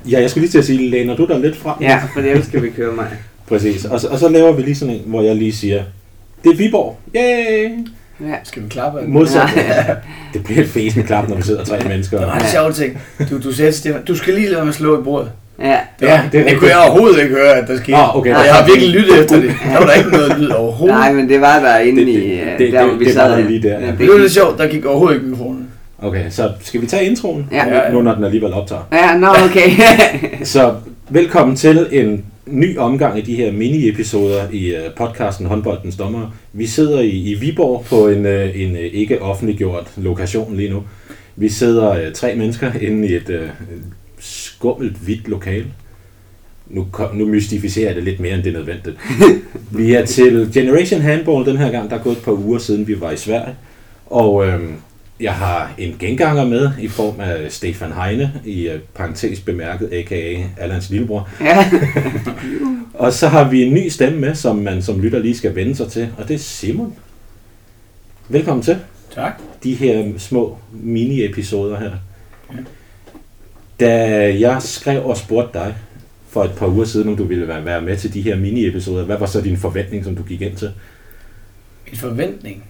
Ja, jeg skulle lige til at sige, læner du dig lidt frem? Ja, for ellers skal vi køre mig. Præcis, og så laver vi lige sådan en, hvor jeg lige siger, det er Viborg, yay! Ja. Skal vi klappe? Modsat. Det bliver et fæsende klap, når vi sidder 3 mennesker. Det var en sjov ting. Du sagde til Stefan, du skal lige lade mig slå i bordet. Ja. Det kunne jeg overhovedet ikke høre, at der skete. Okay, jeg har virkelig lyttet efter det. Der var der ikke noget lyd overhovedet. Nej, men det var der inde i, der hvor vi sad. Det var lige der. Det var lidt sjovt, der gik overhovedet ikke mikrofonen. Okay, så skal vi tage introen? Ja. Nu når den alligevel optager. Ja, okay. Så velkommen til en ny omgang i de her mini-episoder i podcasten Håndboldens Dommer. Vi sidder i Viborg på en ikke offentliggjort lokation lige nu. Vi sidder 3 mennesker inde i et skummelt, hvidt lokale. Nu mystificerer jeg det lidt mere, end det er nødvendigt. Vi er til Generation Handball den her gang. Der er gået et par uger siden, vi var i Sverige. Og jeg har en genganger med i form af Stefan Heine, i parentes bemærket, a.k.a. Allans lillebror. Ja. Og så har vi en ny stemme med, som man som lytter lige skal vende sig til, og det er Simon. Velkommen til. Tak. De her små mini-episoder her. Ja. Da jeg skrev og spurgte dig for et par uger siden, om du ville være med til de her mini-episoder, hvad var så din forventning, som du gik ind til? Min forventning?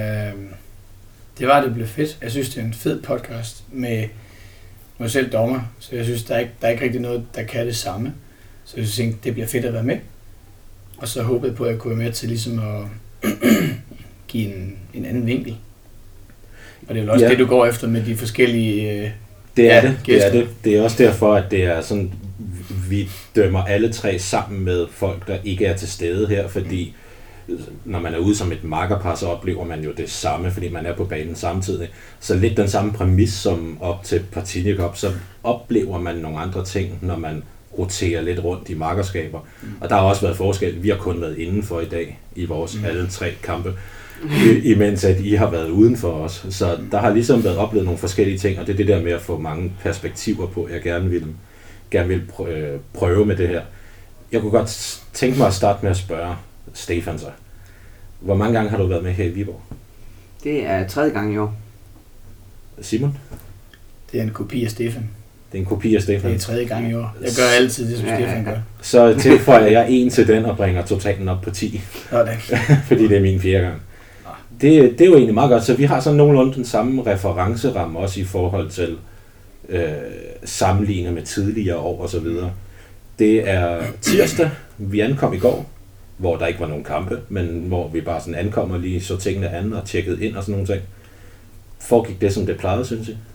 Det var, at det blev fedt. Jeg synes, det er en fed podcast med mig selv dommer, så jeg synes, der er ikke rigtig noget, der kan det samme. Så jeg synes, det bliver fedt at være med. Og så håbede jeg på, at jeg kunne være med til ligesom at give en anden vinkel. Og det er jo også det, du går efter med de forskellige gæster. Det er også derfor, at det er sådan, vi dømmer alle 3 sammen med folk, der ikke er til stede her, fordi når man er ude som et makkerpar, så oplever man jo det samme, fordi man er på banen samtidig. Så lidt den samme præmis som op til Partille Cup, så oplever man nogle andre ting, når man roterer lidt rundt i makkerskaber. Og der har også været forskel. Vi har kun været indenfor i dag i vores alle 3 kampe, imens at I har været uden for os. Så der har ligesom været oplevet nogle forskellige ting, og det er det der med at få mange perspektiver på, jeg gerne vil prøve med det her. Jeg kunne godt tænke mig at starte med at spørge Stefan så. Hvor mange gange har du været med her i Viborg? Det er 3. gang i år. Simon? Det er en kopi af Stefan. Det er en kopi af Stefan. Det er 3. gang i år. Jeg gør altid det, som Stefan gør. Så tilføjer jeg 1 til den og bringer totalen op på 10. Fordi det er min 4. gang. Det er jo egentlig meget godt, så vi har sådan nogenlunde den samme referenceramme også i forhold til sammenlignet med tidligere år og så videre. Det er tirsdag, vi ankom i går, hvor der ikke var nogen kampe, men hvor vi bare sådan ankom og lige så tingene an og tjekkede ind og sådan nogle ting. Foregik det, som det plejede, synes jeg?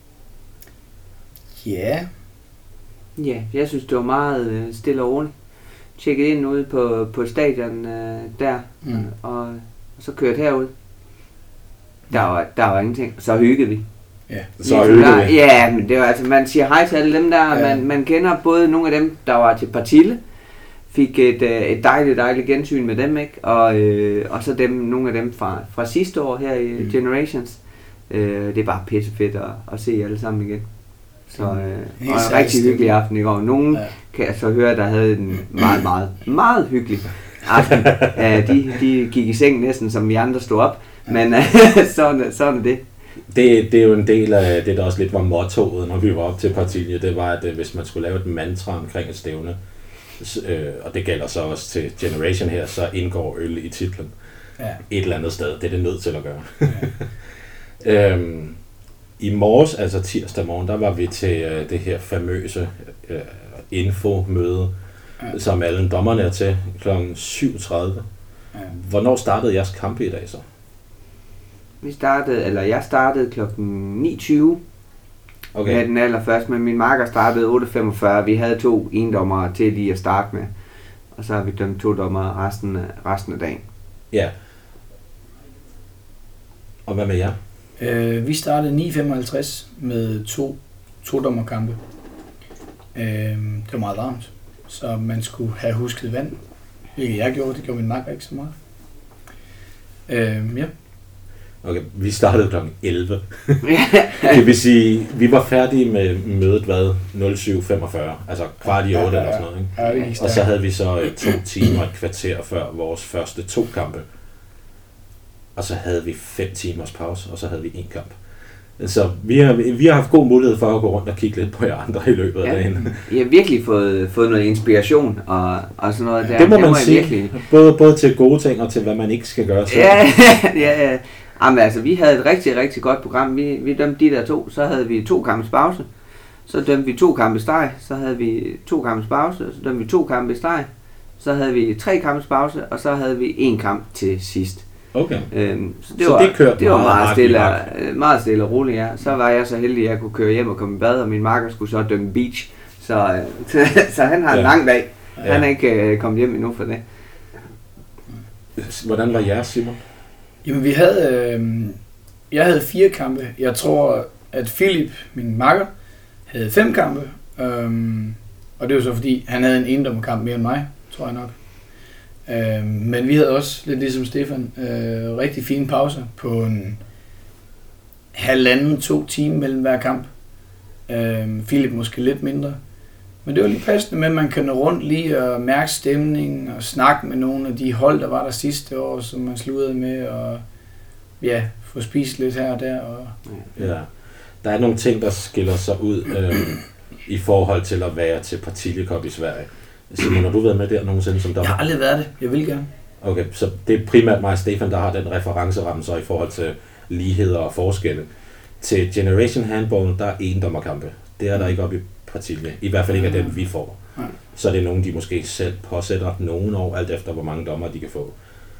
Ja. Ja, jeg synes, det var meget stille og roligt. Tjekket ind ude på stadion der, og så kørte herud. Der var ingenting. Så hyggede vi. Ja, så hyggede vi. Ja, men det var altså, man siger hej til alle dem der, man kender både nogle af dem, der var til Partille, fik et dejligt gensyn med dem, ikke? Og så nogle af dem fra sidste år her i Generations. Det er bare pissefedt at se alle sammen igen. Så og en rigtig hyggelig aften i går. Nogen kan jeg så høre, der havde en meget hyggelig aften. De gik i seng næsten, som vi andre stod op, men sådan er det. Det er jo en del af det, der også lidt var mottoet, når vi var op til Partille. Det var, at hvis man skulle lave et mantra omkring et stævne, og det gælder så også til Generation her, så indgår øl i titlen. Ja. Et eller andet sted. Det er det nødt til at gøre. Ja. I morges, altså tirsdag morgen, der var vi til det her famøse infomøde, som alle dommerne er til kl. 7.30. Ja. Hvornår startede jeres kampe i dag så? Jeg startede kl. 9.20 med den allerførste, men min marker startede 8.45. Vi havde 2 endommere til lige at starte med, og så har vi dømt 2 dommere resten af dagen. Ja. Og hvad med jer? Vi startede 9.55 med 2 dommerkampe. Det var meget varmt, så man skulle have husket vand, hvilket jeg gjorde. Det gjorde min makker ikke så meget. Ja. Okay, vi startede kl. 11. Det vil sige, vi var færdige med mødet, 07.45, altså 7:15 eller sådan noget, ikke? Og så havde vi så 2 timer og et kvarter før vores første 2 kampe. Og så havde vi 5 timers pause, og så havde vi 1 kamp. Så vi har haft god mulighed for at gå rundt og kigge lidt på jer andre i løbet af dagen. I har virkelig fået noget inspiration og sådan noget der. Det må man sige. Virkelig. Både til gode ting og til hvad man ikke skal gøre selv. Ja. Jamen altså, vi havde et rigtig, rigtig godt program. Vi dømte de der 2, så havde vi 2 kampes pause. Så dømte vi 2 kampe streg, så havde vi 2 kampes pause, så dømte vi 2 kampe streg. Så havde vi 3 kampes pause, og så havde vi 1 kamp til sidst. Okay. Så det var meget stille og roligt, ja. Så var jeg så heldig, at jeg kunne køre hjem og komme i bad, og min makker skulle så dømme beach. Så han har en lang dag. Ja. Han er ikke kommet hjem endnu for det. Hvordan var jeres, Simon? Jamen jeg havde 4 kampe. Jeg tror, at Philip, min makker, havde 5 kampe. Og det var så fordi, han havde en endommerkamp mere end mig, tror jeg nok. Men vi havde også, lidt ligesom Stefan, rigtig fine pauser på en 1,5-2 timer mellem hver kamp. Philip måske lidt mindre. Men det var lige passende med, at man kan nå rundt lige og mærke stemningen og snakke med nogle af de hold, der var der sidste år, som man sludrede med, og ja, få spist lidt her og der. Ja, der er nogle ting, der skiller sig ud i forhold til at være til Partille Cup i Sverige. Simon, har du været med der nogensinde som dommer? Jeg har aldrig været det. Jeg vil gerne. Okay, så det er primært mig og Stefan, der har den referenceramme så i forhold til ligheder og forskelle. Til Generation Handball, der er 1 dommerkampe. Det er der ikke oppe i Partille. I hvert fald ikke af den, vi får. Nej. Så er det nogen, de måske selv påsætter nogen år, alt efter hvor mange dommer de kan få.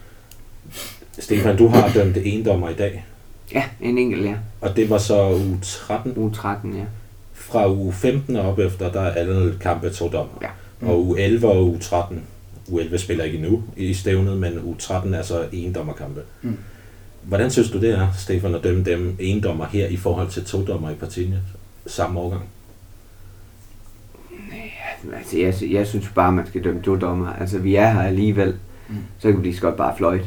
Stefan, du har dømt 1 dommer i dag. Ja, en enkelt, ja. Og det var så uge 13? Uge 13, ja. Fra uge 15 og op efter, der er alle kampe 2 dommer. Ja. Og uge 11 og uge 13, uge 11 spiller ikke endnu i stævnet, men uge 13 er så 1 dommerkampe. Hvordan synes du det er, Stefan, at dømme dem 1 dommer her i forhold til 2 dommer i Partille samme årgang? Altså, jeg synes bare, man skal dømme 2 dommer. Altså, vi er her alligevel, så kan vi lige så godt bare fløjte.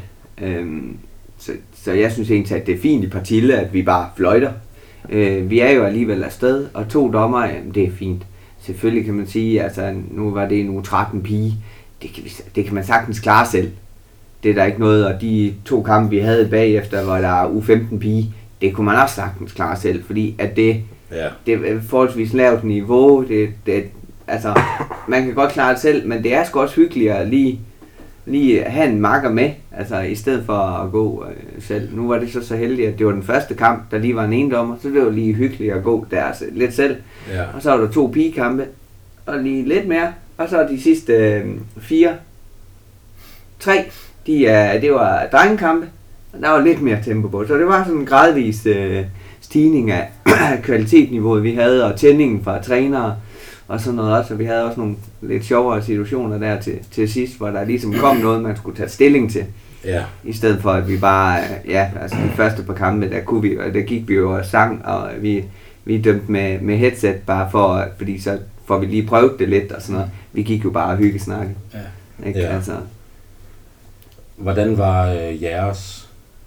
Så jeg synes egentlig, at det er fint i Partille, at vi bare fløjter. Vi er jo alligevel afsted, og 2 dommer, jamen, det er fint. Selvfølgelig kan man sige, altså nu var det en uge 13 pige, det kan man sagtens klare selv. Det er der ikke noget, og de 2 kampe, vi havde bagefter, hvor der er uge 15 pige, det kunne man også sagtens klare selv, fordi at det er forholdsvis lavt niveau, altså man kan godt klare det selv, men det er sgu også hyggeligt at lige have en makker med, altså i stedet for at gå selv. Nu var det så heldigt, at det var den første kamp, der lige var en endommer, så det var lige hyggeligt at gå der lidt selv. Ja. Og så var der 2 pigekampe, og lige lidt mere, og så de sidste 3, det var drengekampe, og der var lidt mere tempo på. Så det var sådan en gradvis stigning af kvalitetsniveauet, vi havde, og tændingen fra trænere, og sådan noget også, og vi havde også nogle lidt sjovere situationer der til sidst, hvor der ligesom kom noget, man skulle tage stilling til. Ja. I stedet for, at vi bare, altså de første par kampe, der gik vi jo og sang, og vi dømte med headset bare fordi så får vi lige prøvet det lidt og sådan noget. Vi gik jo bare og hyggesnakke. Ja. Ikke? Ja. Altså. Hvordan var jeres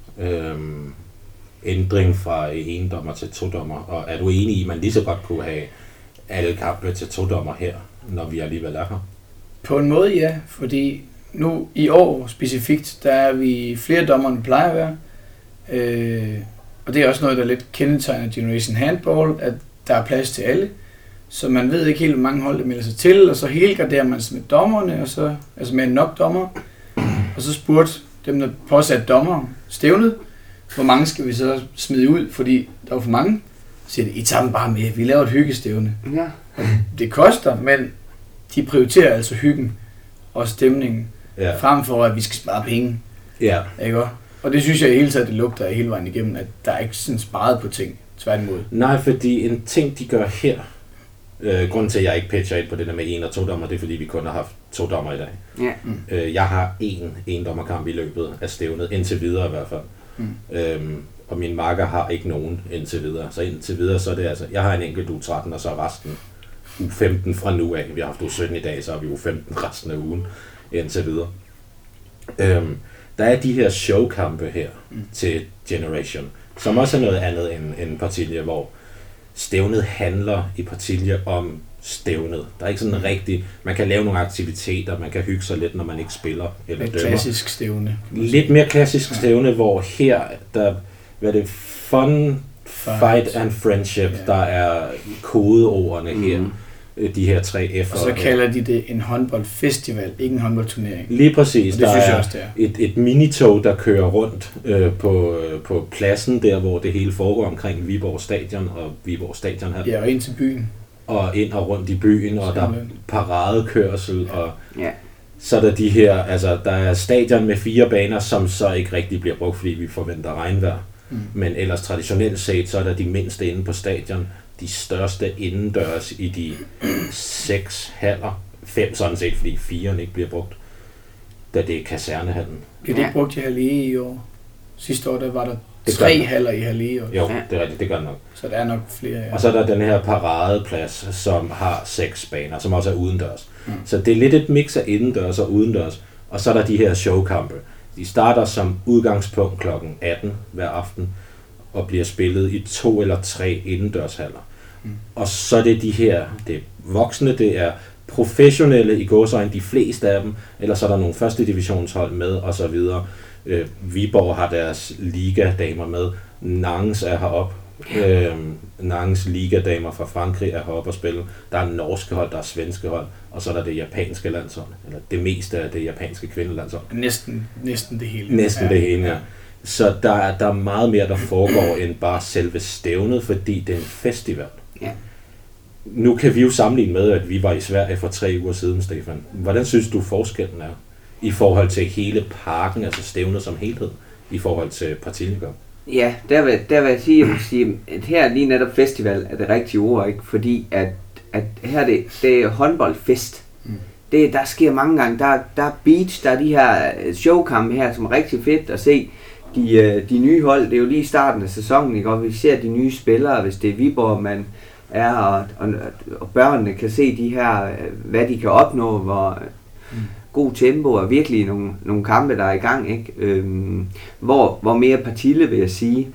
ændring fra 1 dommer til 2 dommer, og er du enig i, at man lige så godt kunne have alle kampe til 2 dommer her, når vi alligevel er her? På en måde ja, fordi nu i år specifikt, der er vi flere dommer, end plejer at være. Og det er også noget, der lidt kendetegner Generation Handball, at der er plads til alle. Så man ved ikke helt, hvor mange hold, der melder sig til, og så helgarderer man sig med dommerne, og så, altså med nok dommer. Og så spurgte dem, der påsatte dommer stævnet, hvor mange skal vi så smide ud, fordi der var for mange. Så siger de, I tager dem bare med, vi laver et hyggestævne. Ja. Det koster, men de prioriterer altså hyggen og stemningen, frem for at vi skal spare penge. Ja. Ikke? Og det synes jeg i hele taget, det lugter hele vejen igennem, at der er ikke sådan sparet på ting, tværtimod. Nej, fordi en ting, de gør her, grunden til, at jeg ikke pitcher ind på det der med 1 og 2 dommer, det er fordi, vi kun har haft 2 dommer i dag. Ja. Jeg har en dommerkamp i løbet af stævnet, indtil videre i hvert fald. Og min makker har ikke nogen indtil videre. Så indtil videre, så er det altså, jeg har en enkelt uge 13, og så resten uge 15 fra nu af. Vi har haft uge 17 i dag, så har vi uge 15 resten af ugen indtil videre. Der er de her showkampe her til Generation, som også er noget andet end Partille, hvor stævnet handler i Partille om stævnet. Der er ikke sådan rigtig, man kan lave nogle aktiviteter, man kan hygge sig lidt, når man ikke spiller eller dømmer. Klassisk stævne. Lidt mere klassisk stævne, hvor her, der er det fun Fight and friendship, der er kodeordene her. De her 3 F'er. Og så kalder de det en håndboldfestival, ikke en håndboldturnering. Lige præcis. Og det synes jeg også, det er. Et minitog, der kører rundt på pladsen, der hvor det hele foregår omkring Viborg Stadion og Viborg Stadion her. Ja, og ind til byen. Og ind og rundt i byen, og der er paradekørsel, og ja. Så er der de her, altså der er stadion med 4 baner, som så ikke rigtig bliver brugt, fordi vi forventer regnvejr. Men ellers traditionelt set, så er der de mindste inde på stadion, de største indendørs i de 6 haller. 5 sådan set, fordi 4 ikke bliver brugt, da det er kasernehallen. Bliver det ikke brugt i Halle i år? Sidste år, der var der 3 haller i Halle i år. Jo, det er rigtigt, det gør det nok. Så der er nok flere, ja. Og så er der den her paradeplads, som har 6 baner, som også er udendørs. Så det er lidt et mix af indendørs og udendørs. Og så er der de her showkampe. De starter som udgangspunkt kl. 18 hver aften, og bliver spillet i 2 eller 3 indendørshaller. Og så er det de her, det er voksne, det er professionelle i gåseøjne, de fleste af dem, eller så er der nogle første divisionshold med, og så videre. Viborg har deres ligadamer med, Nanges er heroppe, Nanges ligadamer fra Frankrig er heroppe at spille, der er norske hold, der er svenske hold, og så er der det japanske landshold, eller det meste af det japanske kvindelandshold. Næsten det hele. Næsten det hele, ja. Så der er meget mere, der foregår end bare selve stævnet, fordi det er en festival. Ja. Nu kan vi jo sammenligne med, at vi var i Sverige for 3 uger siden, Stefan. Hvordan synes du forskellen er i forhold til hele parken, altså stævnet som helhed, i forhold til Partilenkop? Ja, der vil jeg sige, at her lige netop festival er det rigtige ord, ikke? Fordi at her det er håndboldfest. Der sker mange gange. Der er beach, der er de her showkampe her, som er rigtig fedt at se. De nye hold, det er jo lige starten af sæsonen, ikke? Og vi ser de nye spillere, hvis det er Viborg, man er, og børnene kan se de her, hvad de kan opnå, hvor god tempo og virkelig nogle kampe, der er i gang, ikke? Hvor mere Partille, vil jeg sige.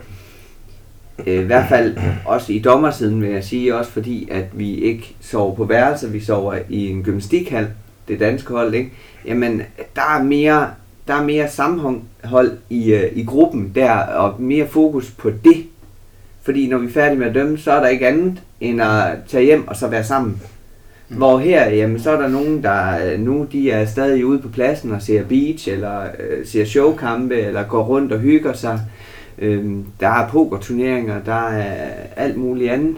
I hvert fald også i dommersiden, vil jeg sige, også fordi, at vi ikke sover på værelser, vi sover i en gymnastikhal, det danske hold, ikke? Jamen, der er mere sammenhold i gruppen der, og mere fokus på det. Fordi når vi er færdige med at dømme, så er der ikke andet end at tage hjem og så være sammen. Hvor her, jamen, så er der nogen, der nu de er stadig ude på pladsen og ser beach, eller ser showkampe, eller går rundt og hygger sig. Der er pokerturneringer, der er alt muligt andet.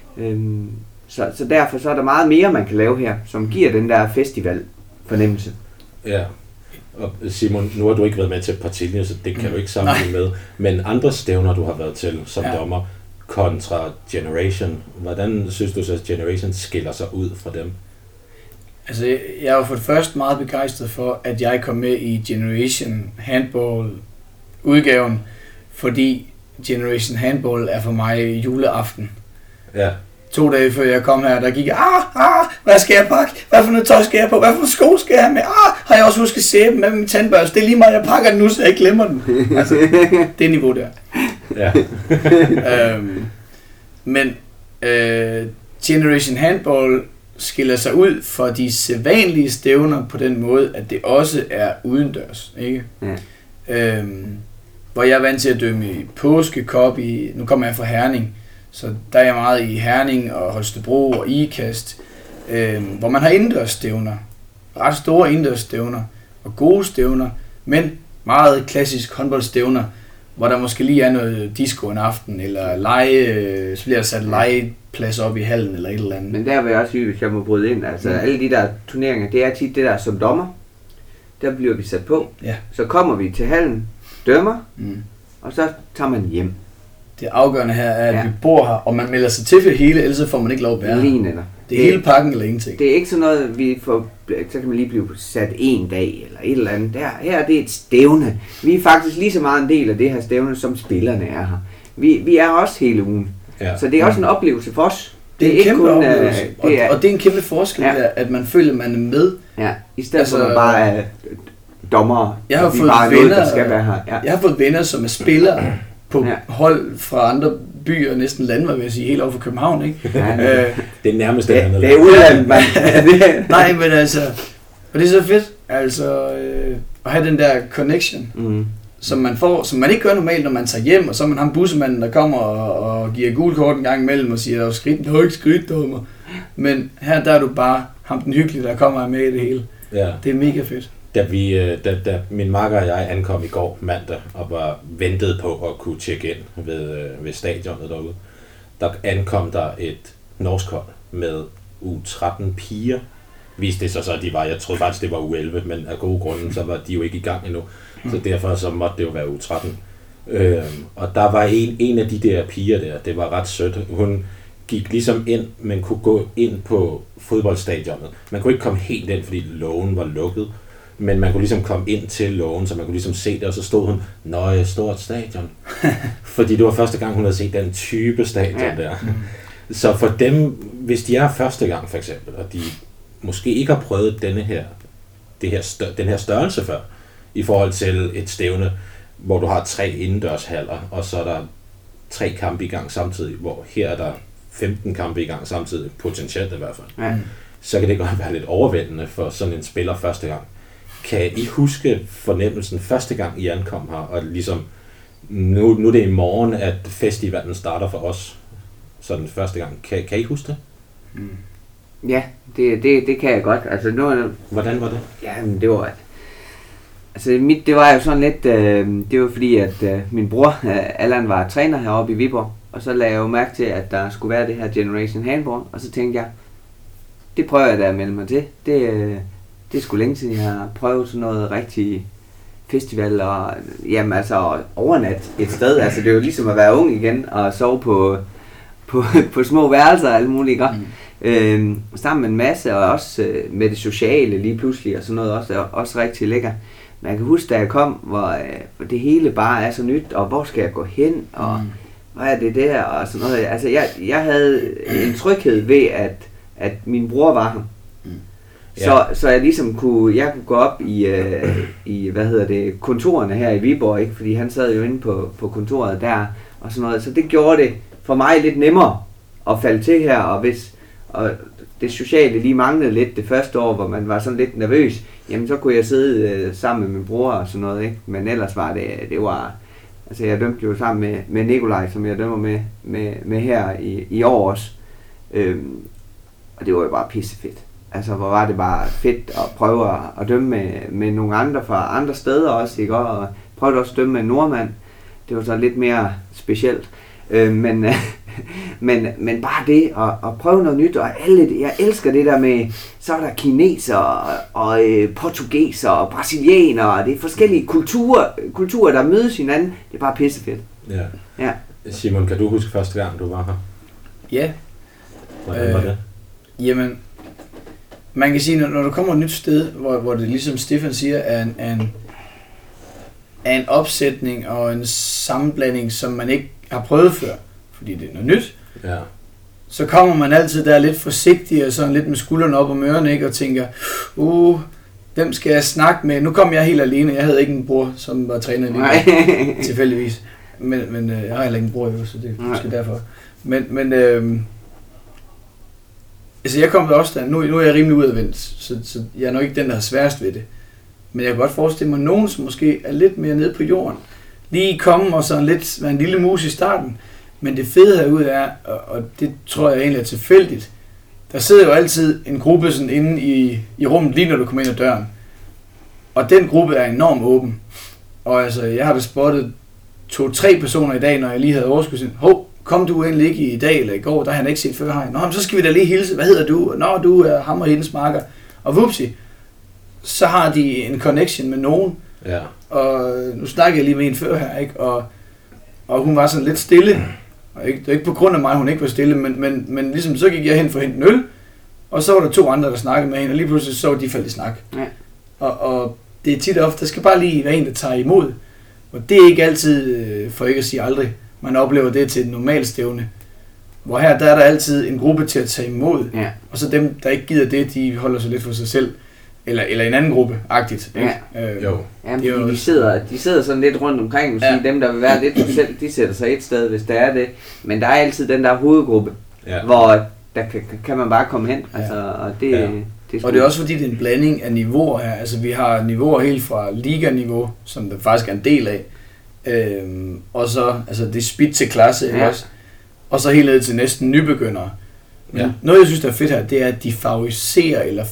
Så derfor så er der meget mere, man kan lave her, som giver den der festival-fornemmelse. Ja, og Simon, nu har du ikke været med til Partilinje, så det kan du ikke sammenligne med. Men andre stævner, du har været til som dommer, kontra Generation, hvordan synes du så, at Generation skiller sig ud fra dem? Altså, jeg var for det første meget begejstret for, at jeg kom med i Generation Handball-udgaven, fordi Generation Handball er for mig juleaften. Ja. 2 dage før jeg kom her, der gik jeg, hvad skal jeg pakke? Hvad for noget tøj skal jeg på? Hvad for nogle sko skal jeg have med? Har jeg også husket sæben med min tandbørste? Det er lige meget, jeg pakker den nu, så jeg ikke glemmer den. Altså, det er niveau der. Ja. Men Generation Handball skiller sig ud fra de sædvanlige stævner på den måde, at det også er udendørs, ikke? Ja. Hvor jeg er vant til at dømme i påskekop, nu kommer jeg fra Herning, så der er jeg meget i Herning og Holstebro og Ikast, hvor man har indendørsstævner, ret store indendørsstævner og gode stævner, men meget klassisk håndboldstævner, hvor der måske lige er noget disco en aften, eller så bliver der sat legeplads op i hallen, eller et eller andet. Men der vil jeg også sige, hvis jeg må bryde ind, altså alle de der turneringer, det er tit det der som dommer, der bliver vi sat på, så kommer vi til hallen, dømmer, og så tager man hjem. Det afgørende her er, at vi bor her, og man melder sig til for hele, ellers får man ikke lov at være her. Det er hele pakken eller ingenting. Det er ikke sådan noget, vi får, så kan man lige blive sat en dag eller et eller andet. Her er det et stævne. Vi er faktisk lige så meget en del af det her stævne, som spillerne er her. Vi er også hele ugen. Ja. Så det er også en oplevelse for os. Det er en kæmpe oplevelse. Og det er en kæmpe forskel, at man føler, at man er med. Ja, i stedet for at bare er dommere. Jeg har fået venner, jeg har fået venner, som er spillere på hold fra andre byer, næsten lande, vil jeg sige, helt over for København, ikke? Ja, det er nærmest det er udlandet, man. Nej, men altså, og det er så fedt, altså, at have den der connection, som man ikke gør normalt, når man tager hjem, og så er man ham bussemanden, der kommer og giver gul kort en gang imellem og siger, der er ikke skridt, dommer. Men her der er du bare ham den hyggelige, der kommer med i det hele. Ja. Det er mega fedt. Da min makker og jeg ankom i går mandag og var ventet på at kunne tjekke ind ved stadionet derude, der ankom der et norsk hold med U13 piger. Viste det sig så, at de var, jeg troede faktisk, det var U11, men af gode grunde, så var de jo ikke i gang endnu. Så derfor så måtte det jo være U13. Og der var en af de der piger der, det var ret sødt. Hun gik ligesom ind, men kunne gå ind på fodboldstadionet. Man kunne ikke komme helt ind, fordi lågen var lukket. Men man kunne ligesom komme ind til lågen, så man kunne ligesom se det, og så stod hun, nøje, stort stadion. Fordi det var første gang, hun havde set den type stadion der. Så for dem, hvis de er første gang for eksempel, og de måske ikke har prøvet den her størrelse før, i forhold til et stævne, hvor du har 3 indendørshaller, og så er der 3 kampe i gang samtidig, hvor her er der 15 kampe i gang samtidig, potentielt i hvert fald. Så kan det godt være lidt overvældende for sådan en spiller første gang. Kan I huske fornemmelsen første gang I ankom her, og ligesom, nu er det i morgen, at festivalen starter for os, så den første gang. Kan I huske det? Ja, det kan jeg godt. Altså, hvordan var det? Jamen, det var... Altså, det var jo sådan lidt... det var fordi, at min bror, Allan, var træner heroppe i Viborg, og så lagde jeg jo mærke til, at der skulle være det her Generation Handball, og så tænkte jeg, det prøver jeg da at melde mig til. Det er sgu længe siden, jeg har prøvet sådan noget rigtig festival, og jamen altså overnat et sted. Altså, det er jo ligesom at være ung igen, og sove på små værelser og alt muligt, ikke? Sammen med en masse, og også med det sociale lige pludselig, og sådan noget også rigtig lækkert. Men jeg kan huske, da jeg kom, hvor det hele bare er så nyt, og hvor skal jeg gå hen, og hvad er det der, og sådan noget. Altså, jeg havde en tryghed ved, at min bror var her. Så jeg ligesom kunne gå op i kontorerne her i Viborg, ikke? Fordi han sad jo inde på kontoret der, og sådan noget. Så det gjorde det for mig lidt nemmere at falde til her, og det sociale lige manglede lidt det første år, hvor man var sådan lidt nervøs, jamen så kunne jeg sidde sammen med min bror og sådan noget, ikke? Men ellers var det var, altså jeg dømte jo sammen med Nikolaj, som jeg dømmer med her i år også, og det var jo bare pissefedt. Altså hvor var det bare fedt at prøve at dømme med nogle andre fra andre steder også, ikke? Og prøvede også at dømme med en nordmand, det var så lidt mere specielt. Men bare det at prøve noget nyt, og jeg elsker det der med, så er der kineser og portugiser og brasilianer, og det er forskellige kulturer, der mødes hinanden. Det er bare pissefedt. Ja. Simon, kan du huske første gang, du var her? Ja. Hvordan var det? Jamen, man kan sige, når du kommer et nyt sted, hvor det ligesom Stefan siger, er en opsætning og en sammenblanding, som man ikke har prøvet før, fordi det er noget nyt, så kommer man altid der lidt forsigtig og sådan lidt med skuldrene op om ørerne, ikke, og tænker, hvem skal jeg snakke med? Nu kom jeg helt alene, jeg havde ikke en bror, som var træner i Viborg, tilfældigvis, men jeg har heller ikke en bror, så det er måske derfor. Men altså jeg kom der også der, nu er jeg rimelig udadvendt, så jeg er nok ikke den, der har sværest ved det. Men jeg kan godt forestille mig, nogen, som måske er lidt mere nede på jorden, lige komme og sådan lidt være en lille mus i starten. Men det fede herude er, og det tror jeg egentlig er tilfældigt, der sidder jo altid en gruppe sådan inde i rummet, lige når du kommer ind ad døren. Og den gruppe er enormt åben. Og altså, jeg har da spottet 2-3 personer i dag, når jeg lige havde overskud. Kom du endelig ikke i dag eller i går, der har han ikke set før her. Nå, så skal vi da lige hilse. Hvad hedder du? Nå, du er ham og hendes makker. Og vupsi, så har de en connection med nogen. Ja. Og nu snakker jeg lige med en før her, ikke? Og hun var sådan lidt stille. Og ikke på grund af mig, hun ikke var stille, men ligesom så gik jeg hen for at hente en øl. Og så var der 2 andre, der snakkede med hende, og lige pludselig så var de faldet i snak. Ja. Og det er tit og ofte, der skal bare lige være en, der tager imod. Og det er ikke altid, for ikke at sige aldrig, man oplever det til et normalt stævne. Hvor her, der er der altid en gruppe til at tage imod. Ja. Og så dem, der ikke gider det, de holder sig lidt for sig selv. Eller en anden gruppe-agtigt. Ja. Jo. Jamen, de sidder sådan lidt rundt omkring, ja. Dem der vil være lidt sig selv, de sætter sig et sted, hvis der er det. Men der er altid den der hovedgruppe, hvor der kan man bare komme hen. Altså, og det er også fordi, det er en blanding af niveauer her. Altså, vi har niveauer helt fra liganiveau, som der faktisk er en del af, Og så, altså det er speed til klasse, ikke også? Og så helt ned til næsten nybegyndere. Men noget, jeg synes, der er fedt her, det er, at de favoriserer eller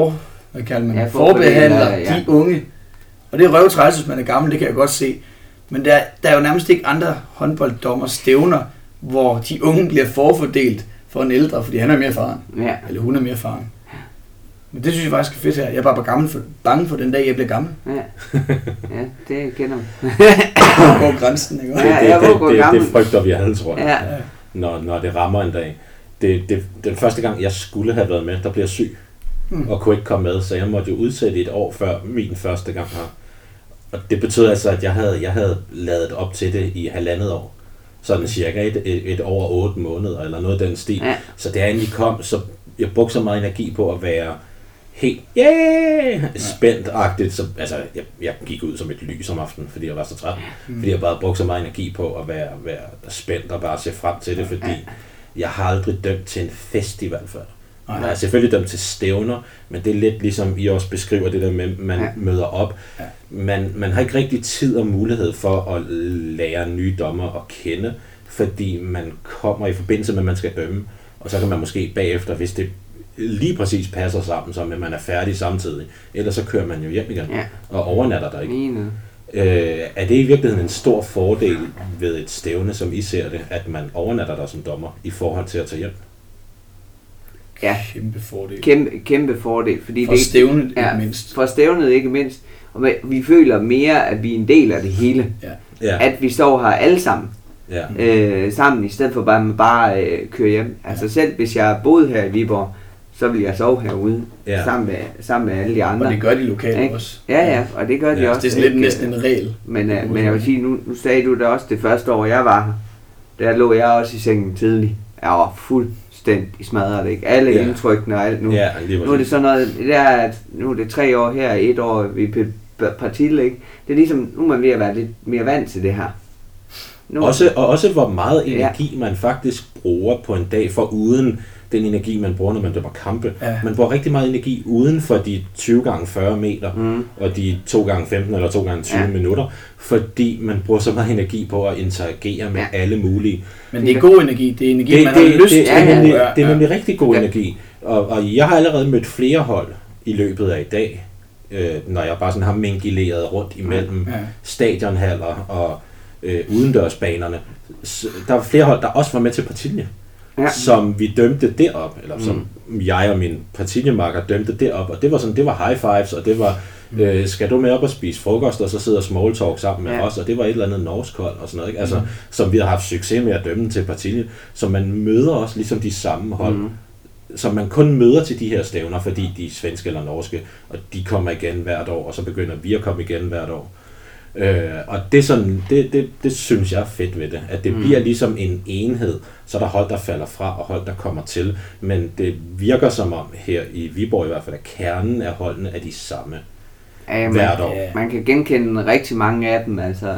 forbehandler de unge. Og det er røvtræls, hvis man er gammel, det kan jeg godt se. Men der er jo nærmest ikke andre håndbolddommer stævner, hvor de unge bliver forfordelt for en ældre, fordi han er mere erfaren. Ja. Eller hun er mere erfaren. Men det synes jeg faktisk er fedt her. Jeg er bare bange for den dag, jeg bliver gammel. Ja, det kender man. Hvor går grænsen, ikke? Det frygter vi alle, tror jeg, når det rammer en dag. Den første gang, jeg skulle have været med, der blev jeg syg og kunne ikke komme med, så jeg måtte jo udsætte et år før min første gang her. Og det betød altså, at jeg havde ladet op til det i 1,5 år. Sådan cirka et år og 8 måneder, eller noget af den stil. Ja. Så da jeg endelig kom, så jeg brugte så meget energi på at være helt spændt-agtigt. Så, altså, jeg gik ud som et lys om aftenen, fordi jeg var så træt. Fordi jeg bare brugte så meget energi på at være spændt og bare se frem til det, fordi jeg har aldrig dømt til en festival før. Jeg er selvfølgelig dømt til stævner, men det er lidt ligesom I også beskriver det der med, at man møder op. Ja. Man har ikke rigtig tid og mulighed for at lære nye dommer at kende, fordi man kommer i forbindelse med, at man skal dømme, og så kan man måske bagefter, hvis det lige præcis passer sammen, så at man er færdig samtidig, ellers så kører man jo hjem igen og overnatter der ikke. Er det i virkeligheden en stor fordel ved et stævne, som I ser det, at man overnatter der som dommer i forhold til at tage hjem? Ja, kæmpe fordel. Kæmpe fordel. Fordi for stævnet ikke mindst. For stævnet ikke mindst. Og vi føler mere, at vi er en del af det hele. Ja. At vi står her alle sammen. Sammen, i stedet for bare køre hjem. Altså selv hvis jeg boede her i Viborg, så vil jeg sove herude sammen med alle de andre. Og det gør de lokale også. Ja, og det gør de også. Det er sådan lidt næsten en regel. Men jeg vil sige, nu sagde du det også det første år, jeg var her. Der lå jeg også i sengen tidligt. Jeg var fuldstændig smadret, ikke? Alle indtrykkene og alt nu. Nu er det sådan noget, nu er det 3 år her, 1 år i Partille, ikke? Det er ligesom, nu er man ved at være lidt mere vant til det her. Også hvor meget energi man faktisk bruger på en dag, for uden den energi, man bruger, når man dømmer kampe. Ja. Man bruger rigtig meget energi uden for de 20x40 meter, og de 2x15 eller 2x20 minutter, fordi man bruger så meget energi på at interagere med alle mulige. Men det er god energi, det er energi, man har lyst til. Det er nemlig rigtig god energi, og jeg har allerede mødt flere hold i løbet af i dag, når jeg bare sådan har mingileret rundt imellem stadionhaller og udendørsbanerne. Der var flere hold, der også var med til Partille. Som vi dømte derop, eller som jeg og min partiljemakker dømte derop, og det var sådan, det var high fives, og det var, skal du med op og spise frokost, og så sidde og small talk sammen med os, og det var et eller andet norsk hold, og sådan noget, ikke? Altså, som vi har haft succes med at dømme til Partille, så man møder også ligesom de samme hold, som man kun møder til de her stævner, fordi de er svenske eller norske, og de kommer igen hvert år, og så begynder vi at komme igen hvert år. Og det, sådan, det synes jeg er fedt ved det, at det bliver ligesom en enhed, så der hold, der falder fra, og hold, der kommer til, men det virker som om her i Viborg i hvert fald, at kernen af holdene er de samme hvert år. Man kan genkende rigtig mange af dem, altså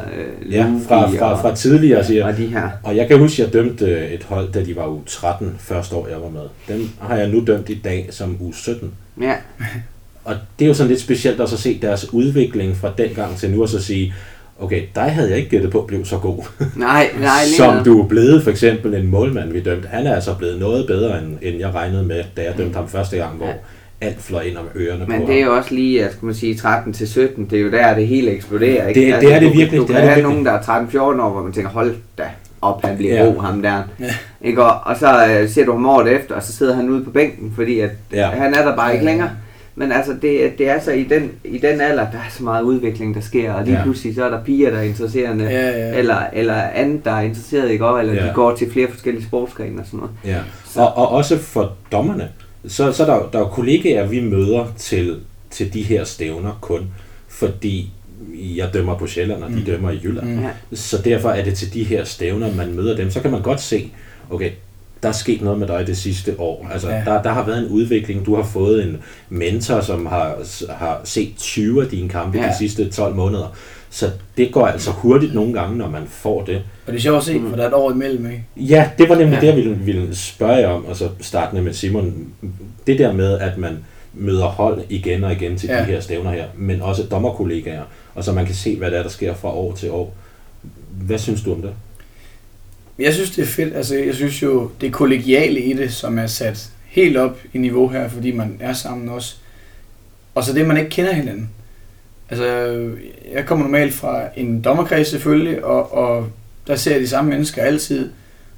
fra tidligere, siger og de her. Og jeg kan huske, at jeg dømte et hold, da de var U13 første år, jeg var med. Dem har jeg nu dømt i dag som U17. Ja. Og det er jo sådan lidt specielt at så se deres udvikling fra den gang til nu, og så sige, okay, dig havde jeg ikke gættet på blev så god. Nej, som du er blevet, for eksempel en målmand, vi dømte. Han er altså blevet noget bedre, end jeg regnede med, da jeg dømte ham første gang, hvor alt fløj ind om ørerne på ham. Men det er jo også lige, skal man sige, 13 til 17, det er jo der, det hele eksploderer. Ikke? Det er det virkelig. Du kan have nogen, der er 13-14 år, hvor man tænker, hold da op, han bliver god, ham der. Ja. Ikke? Og så ser du ham året efter, og så sidder han ude på bænken, fordi at han er der bare ikke længere. Men altså, det er så i den alder, der er så meget udvikling, der sker, og lige pludselig så er der piger, der er interesserende, eller andet, der er interesseret, ikke? Eller de går til flere forskellige sportsgrene og sådan noget. Ja. Og også for dommerne, så der er jo kollegaer, vi møder til de her stævner kun, fordi jeg dømmer på Sjælland, og de dømmer i Jylland. Så derfor er det til de her stævner, man møder dem. Så kan man godt se, okay, der er sket noget med dig det sidste år. Altså, der har været en udvikling. Du har fået en mentor, som har set 20 af dine kampe de sidste 12 måneder. Så det går altså hurtigt nogle gange, når man får det. Og det er sjovt at se, for der er et år imellem, ikke? Ja, det var nemlig det, jeg ville spørge jer om, og så startende med Simon. Det der med, at man møder hold igen og igen til de her stævner her, men også dommerkollegaer, og så man kan se, hvad der sker fra år til år. hvad synes du om det? Jeg synes, det er fedt. Altså, jeg synes jo, det kollegiale i det, som er sat helt op i niveau her, fordi man er sammen også. Og så det, man ikke kender hinanden. Altså, jeg kommer normalt fra en dommerkreds selvfølgelig, og der ser jeg de samme mennesker altid.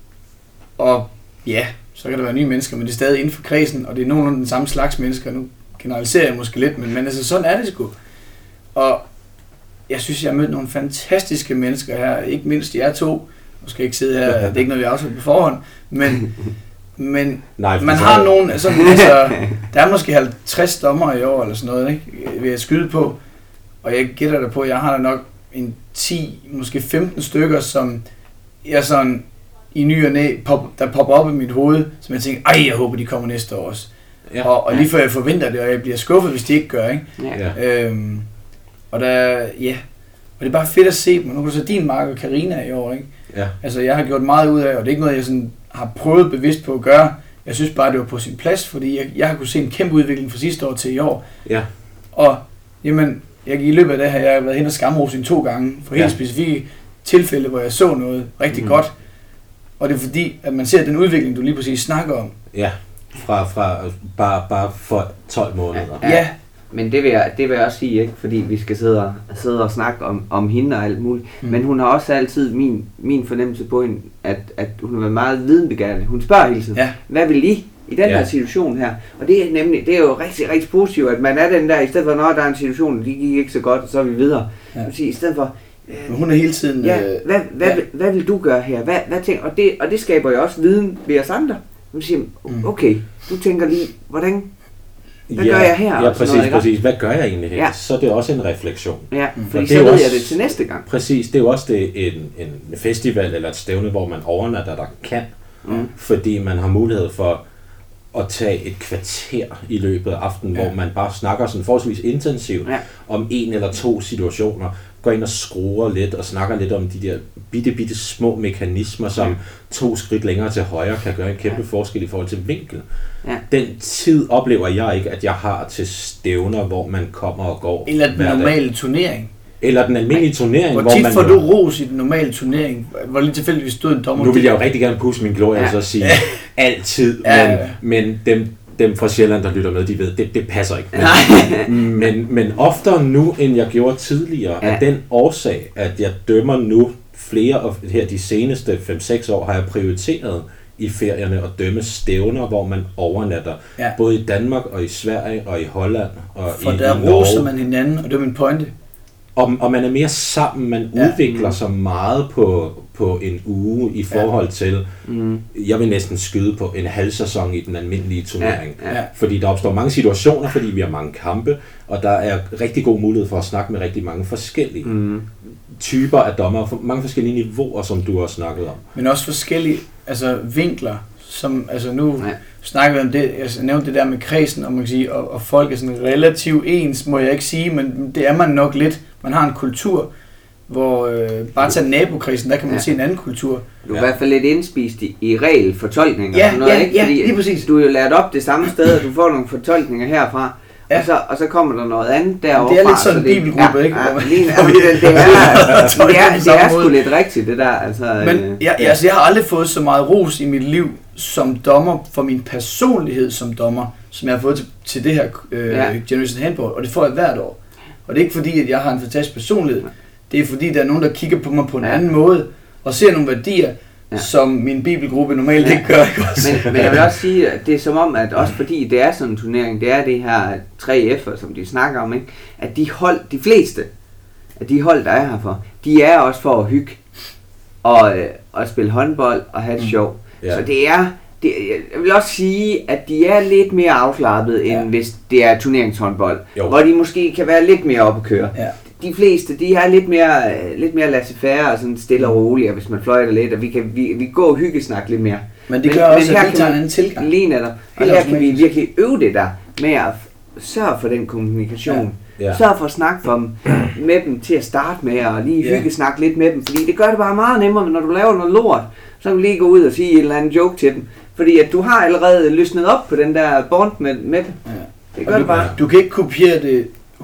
Og ja, så kan der være nye mennesker, men det er stadig inden for kredsen, og det er nogenlunde den samme slags mennesker. Nu generaliserer jeg måske lidt, men altså, sådan er det sgu. Og jeg synes, jeg har mødt nogle fantastiske mennesker her, ikke mindst jer to. Nu skal jeg ikke sidde her, det er ikke noget, vi har aftalt på forhånd, men nej, man har nogen, sådan, altså, der er måske 50 dommer i år, eller sådan noget, ikke? Vil jeg skyde på, og jeg gætter der på, jeg har da nok en 10, måske 15 stykker, som jeg sådan i ny og næ, der popper op i mit hoved, som jeg tænker, jeg håber, de kommer næste år også. Ja. Og lige før jeg forventer det, og jeg bliver skuffet, hvis de ikke gør, ikke? Ja. Og det er bare fedt at se dem. Nu kan du så din makker Karina i år, ikke? Ja. Altså, jeg har gjort meget ud af, og det er ikke noget, jeg sådan har prøvet bevidst på at gøre. Jeg synes bare, det var på sin plads, fordi jeg har kunnet se en kæmpe udvikling fra sidste år til i år. Ja. Og jamen, jeg gik i løbet af det her, jeg har været hen og skamrose hende 2 gange, for helt specifikke tilfælde, hvor jeg så noget rigtig godt. Og det er fordi, at man ser den udvikling, du lige præcis snakker om. Ja, fra bare for 12 måneder. Ja. Men det vil jeg også sige, ikke? Fordi vi skal sidde og snakke om hende og alt muligt. Men hun har også altid min fornemmelse på hende, at hun har været meget videnbegærlig. Hun spørger hele tiden, hvad vil I i den her situation her? Og det er jo rigtig, rigtig positivt, at man er den der, i stedet for, når der er en situation, det gik ikke så godt, og så er vi videre. Ja. I stedet for, men hun er hele tiden... Hvad vil du gøre her? Hvad tænker, og det skaber jo også viden ved os andre. Man siger, okay, du tænker lige, hvordan... Hvad gør jeg her? Ja, præcis. Hvad gør jeg egentlig her? Ja. Så det er også en refleksion. Ja, fordi så ved jeg det til næste gang. Præcis, det er jo også en festival eller et stævne, hvor man overnatter, der kan. Fordi man har mulighed for at tage et kvarter i løbet af aftenen, hvor man bare snakker sådan forholdsvis intensivt om 1 eller 2 situationer. Går ind og skruer lidt og snakker lidt om de der bitte små mekanismer, som 2 skridt længere til højre kan gøre en kæmpe forskel i forhold til vinkel. Ja. Den tid oplever jeg ikke, at jeg har til stævner, hvor man kommer og går. Eller den normale turnering. Eller den almindelige turnering, hvor tit får du ros i den normale turnering? Hvor lige tilfældigvis stod en dommer? Nu vil jeg jo rigtig gerne pusse min glorie og så sige altid, men dem fra Sjælland, der lytter med, de ved, det passer ikke. Men oftere nu, end jeg gjorde tidligere, af den årsag, at jeg dømmer nu flere, og her de seneste 5-6 år, har jeg prioriteret i ferierne at dømme stævner, hvor man overnatter. Både i Danmark og i Sverige og i Holland og for i der roser man hinanden, og det er min pointe. Og man er mere sammen, man udvikler sig meget på en uge i forhold til, jeg vil næsten skyde på en halv sæson i den almindelige turnering. Fordi der opstår mange situationer, fordi vi har mange kampe, og der er rigtig god mulighed for at snakke med rigtig mange forskellige typer af dommer, mange forskellige niveauer, som du har snakket om. Men også forskellige vinkler, som nu snakker vi om det, jeg nævnte det der med kredsen, og man kan sige, og folk er sådan relativt ens, må jeg ikke sige, men det er man nok lidt. Man har en kultur, hvor bare tage nabokredsen, der kan man se en anden kultur. Du er i hvert fald lidt indspist i regelfortolkninger. Ja, lige præcis. Du er jo lært op det samme sted, og du får nogle fortolkninger herfra. Ja. Og så kommer der noget andet derovre. Det er lidt sådan en bibelgruppe, ikke? Det er sgu lidt rigtigt, det der. Altså, men jeg har aldrig fået så meget ros i mit liv som dommer, for min personlighed som dommer, som jeg har fået til det her Generation Handball, og det får jeg hvert år. Og det er ikke fordi, at jeg har en fantastisk personlighed. Det er fordi, der er nogen, der kigger på mig på en anden måde, og ser nogle værdier, som min bibelgruppe normalt ikke gør. Men jeg vil også sige, at det er som om, at også fordi det er sådan en turnering, det er det her 3F'er, som de snakker om, ikke? At de fleste af de hold, der er herfor, de er også for at hygge og spille håndbold og have det sjov. Så det er, jeg vil også sige, at de er lidt mere afslappet, end hvis det er turneringshåndbold, hvor de måske kan være lidt mere oppe at køre. Ja. De fleste, de er lidt mere laissez-faire og sådan stille og roligt, hvis man fløjter lidt, og vi går og hyggesnak lidt mere. Men det gør også, at vi tager en anden tilgang. Lige netop. Og her kan vi virkelig øve det der med at sørge for den kommunikation. Ja. Sørg for at snakke med dem til at starte med, og lige hyggesnakke lidt med dem, fordi det gør det bare meget nemmere, når du laver noget lort, så kan du lige gå ud og sige en eller anden joke til dem. Fordi at du har allerede løsnet op på den der bond med dem. Ja. Det gør det bare. Du kan ikke kopiere det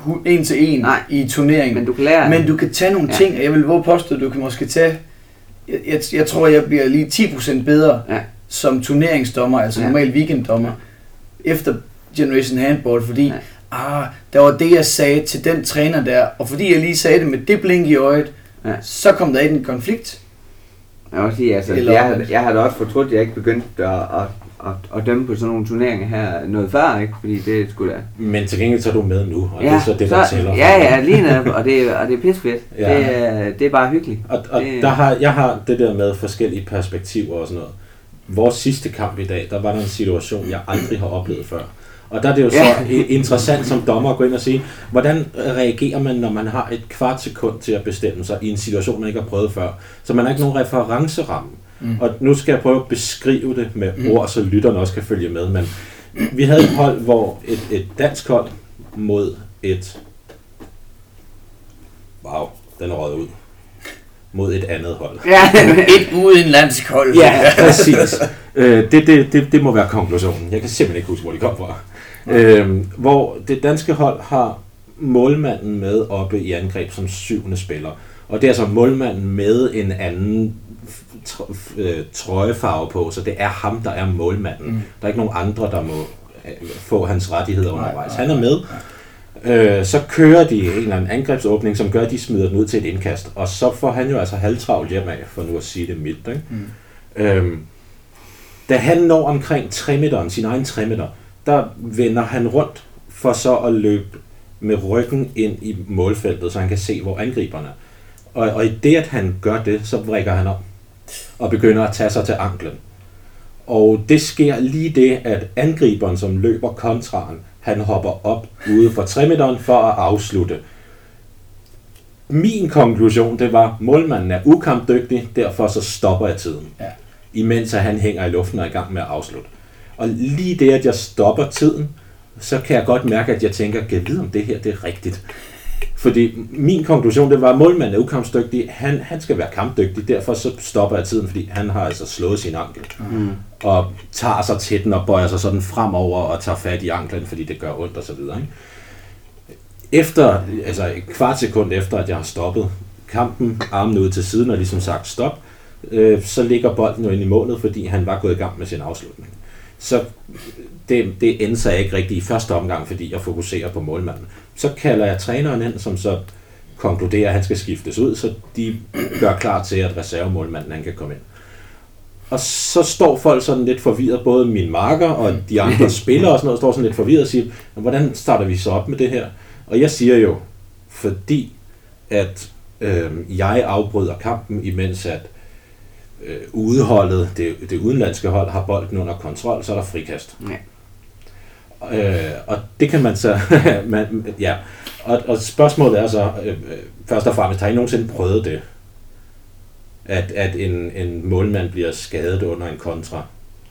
en til en i turneringen. Men du kan lære. Men du kan tage nogle ting, og jeg vil våge påstå, at du kan måske tage... Jeg tror, jeg bliver lige 10% bedre som turneringsdommer, altså normal weekenddommer, efter Generation Handball, fordi der var det, jeg sagde til den træner der, og fordi jeg lige sagde det med det blink i øjet, så kom der ikke en konflikt. Jeg vil sige, altså, jeg har da også fortrudt, at jeg ikke begyndte at dømme på sådan nogle turneringer her noget før, ikke? Fordi det skulle da... Men til gengæld så er du med nu, og det er så det, der tæller. Ja, lige netop, og det er pissefedt. Ja. Det er bare hyggeligt. Og jeg har det der med forskellige perspektiver og sådan noget. Vores sidste kamp i dag, der var der en situation, jeg aldrig har oplevet før. Og der er det jo så interessant som dommer at gå ind og sige, hvordan reagerer man, når man har et kvart sekund til at bestemme sig i en situation, man ikke har prøvet før. Så man har ikke nogen referenceramme. Og nu skal jeg prøve at beskrive det med ord, så lytterne også kan følge med. Men vi havde et hold, hvor et dansk hold mod et... Wow, den er røget ud. Mod et andet hold. Et udenlandsk hold. Ja, præcis. Det må være konklusionen. Jeg kan simpelthen ikke huske, hvor de kom fra. Hvor det danske hold har målmanden med oppe i angreb som 7. spiller. Og det er altså målmanden med en anden trøjefarve på, så det er ham, der er målmanden. Der er ikke nogen andre, der må få hans rettigheder undervejs. Han er med. Så kører de en eller anden angrebsåbning, som gør, at de smider den ud til et indkast. Og så får han jo altså halvtravlt hjem af, for nu at sige det mildt. Ikke? Da han når omkring 3 meter, sin egen 3 meter, der vender han rundt for så at løbe med ryggen ind i målfeltet, så han kan se, hvor angriberne er. Og i det, at han gør det, så vrikker han op og begynder at tage sig til anklen. Og det sker lige det, at angriberen, som løber kontraren, han hopper op ude for 3-meteren for at afslutte. Min konklusion, det var, målmanden er ukampdygtig, derfor så stopper jeg tiden. Imens han hænger i luften og er i gang med at afslutte. Og lige det, at jeg stopper tiden, så kan jeg godt mærke, at jeg tænker, kan jeg vide, om det her det er rigtigt? Fordi min konklusion, det var, at målmanden er ukampdygtig, han skal være kampdygtig, derfor så stopper jeg tiden, fordi han har altså slået sin ankel. Og tager sig til den og bøjer sig sådan fremover og tager fat i anklen, fordi det gør ondt og så videre. Ikke? Efter, altså et kvart sekund efter, at jeg har stoppet kampen, armen ud til siden og ligesom sagt stop, så ligger bolden jo inde i målet, fordi han var gået i gang med sin afslutning. Så det endte sig ikke rigtigt i første omgang, fordi jeg fokuserer på målmanden. Så kalder jeg træneren ind, som så konkluderer, at han skal skiftes ud, så de gør klar til, at reservemålmanden han kan komme ind. Og så står folk sådan lidt forvirret, både min marker og de andre spillere og sådan noget, står sådan lidt forvirret og siger, hvordan starter vi så op med det her? Og jeg siger jo, fordi at jeg afbryder kampen, imens at udeholdet, det udenlandske hold, har bolden under kontrol, så er der frikast. Og det kan man så... Og spørgsmålet er så, først og fremmest, har I nogensinde prøvet det? At en målmand bliver skadet under en kontra?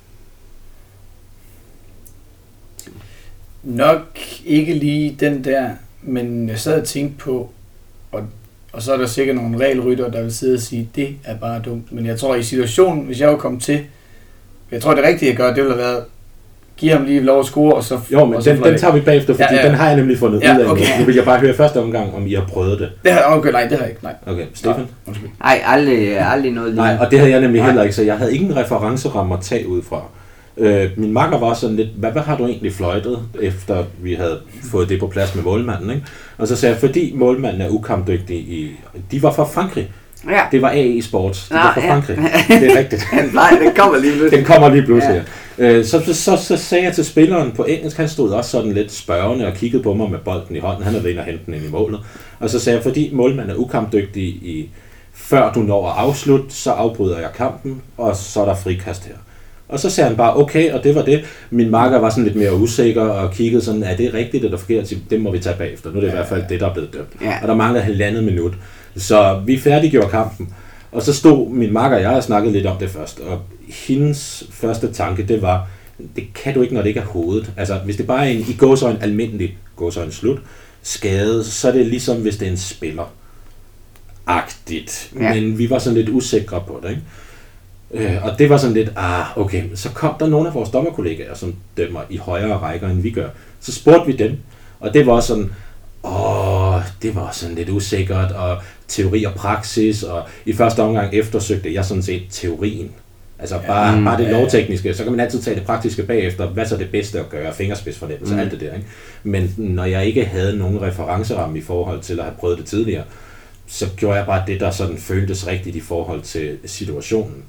Nok ikke lige den der, men jeg sad og tænkte på, og så er der sikkert nogle regelrytter, der vil sidde og sige, det er bare dumt. Men jeg tror, i situationen, hvis jeg var kommet til, jeg tror, det rigtige at gøre, det ville have været, give ham lige lov at score, og så... Jo, men den tager vi bagefter, fordi den har jeg nemlig fundet ud af. Okay. Nu vil jeg bare høre første omgang, om I har prøvet det. Nej, det har jeg ikke. Nej. Okay, Stefan? Nej, aldrig noget lige. Nej, og det havde jeg nemlig heller ikke, så jeg havde ingen referenceramme at tage ud fra. Min makker var sådan lidt, hvad har du egentlig fløjtet, efter vi havde fået det på plads med målmanden, ikke? Og så sagde jeg, fordi målmanden er ukampdygtig de var fra Frankrig. Ja. Det var AE Sports. Det var fra Frankrig. Det er rigtigt. Nej, den kommer lige pludselig. Den kommer lige pludselig, ja. Så sagde jeg til spilleren på engelsk, han stod også sådan lidt spørgende og kiggede på mig med bolden i hånden. Han havde været inde og hente den ind i målet. Og så sagde jeg, fordi målmanden er ukampdygtig før du når at afslutte, så afbryder jeg kampen, og så er der frikast her. Og så sagde han bare, okay, og det var det. Min marker var sådan lidt mere usikker og kiggede sådan, er det rigtigt eller forkert? Det må vi tage bagefter. Nu er det i hvert fald det, der er blevet dømt. Ja. Og der manglede 1,5 minut. Så vi færdiggjorde kampen. Og så stod min marker og jeg og snakkede lidt om det først. Og hendes første tanke, det var, det kan du ikke, når det ikke er hovedet. Altså, hvis det bare er en i gåseøjne almindelig gåseøjne slut skade, så er det ligesom, hvis det er en spiller. Agtigt. Ja. Men vi var sådan lidt usikre på det, ikke? Og det var sådan lidt, okay, så kom der nogle af vores dommerkollegaer, som dømmer i højere rækker, end vi gør. Så spurgte vi dem, og det var også sådan, det var sådan lidt usikkert, og teori og praksis, og i første omgang eftersøgte jeg sådan set teorien. Altså bare det lovtekniske, så kan man altid tage det praktiske bagefter, hvad så er det bedste at gøre, fingerspidsfornemmelse, alt det der, ikke? Men når jeg ikke havde nogen referenceramme i forhold til at have prøvet det tidligere, så gjorde jeg bare det, der sådan føltes rigtigt i forhold til situationen.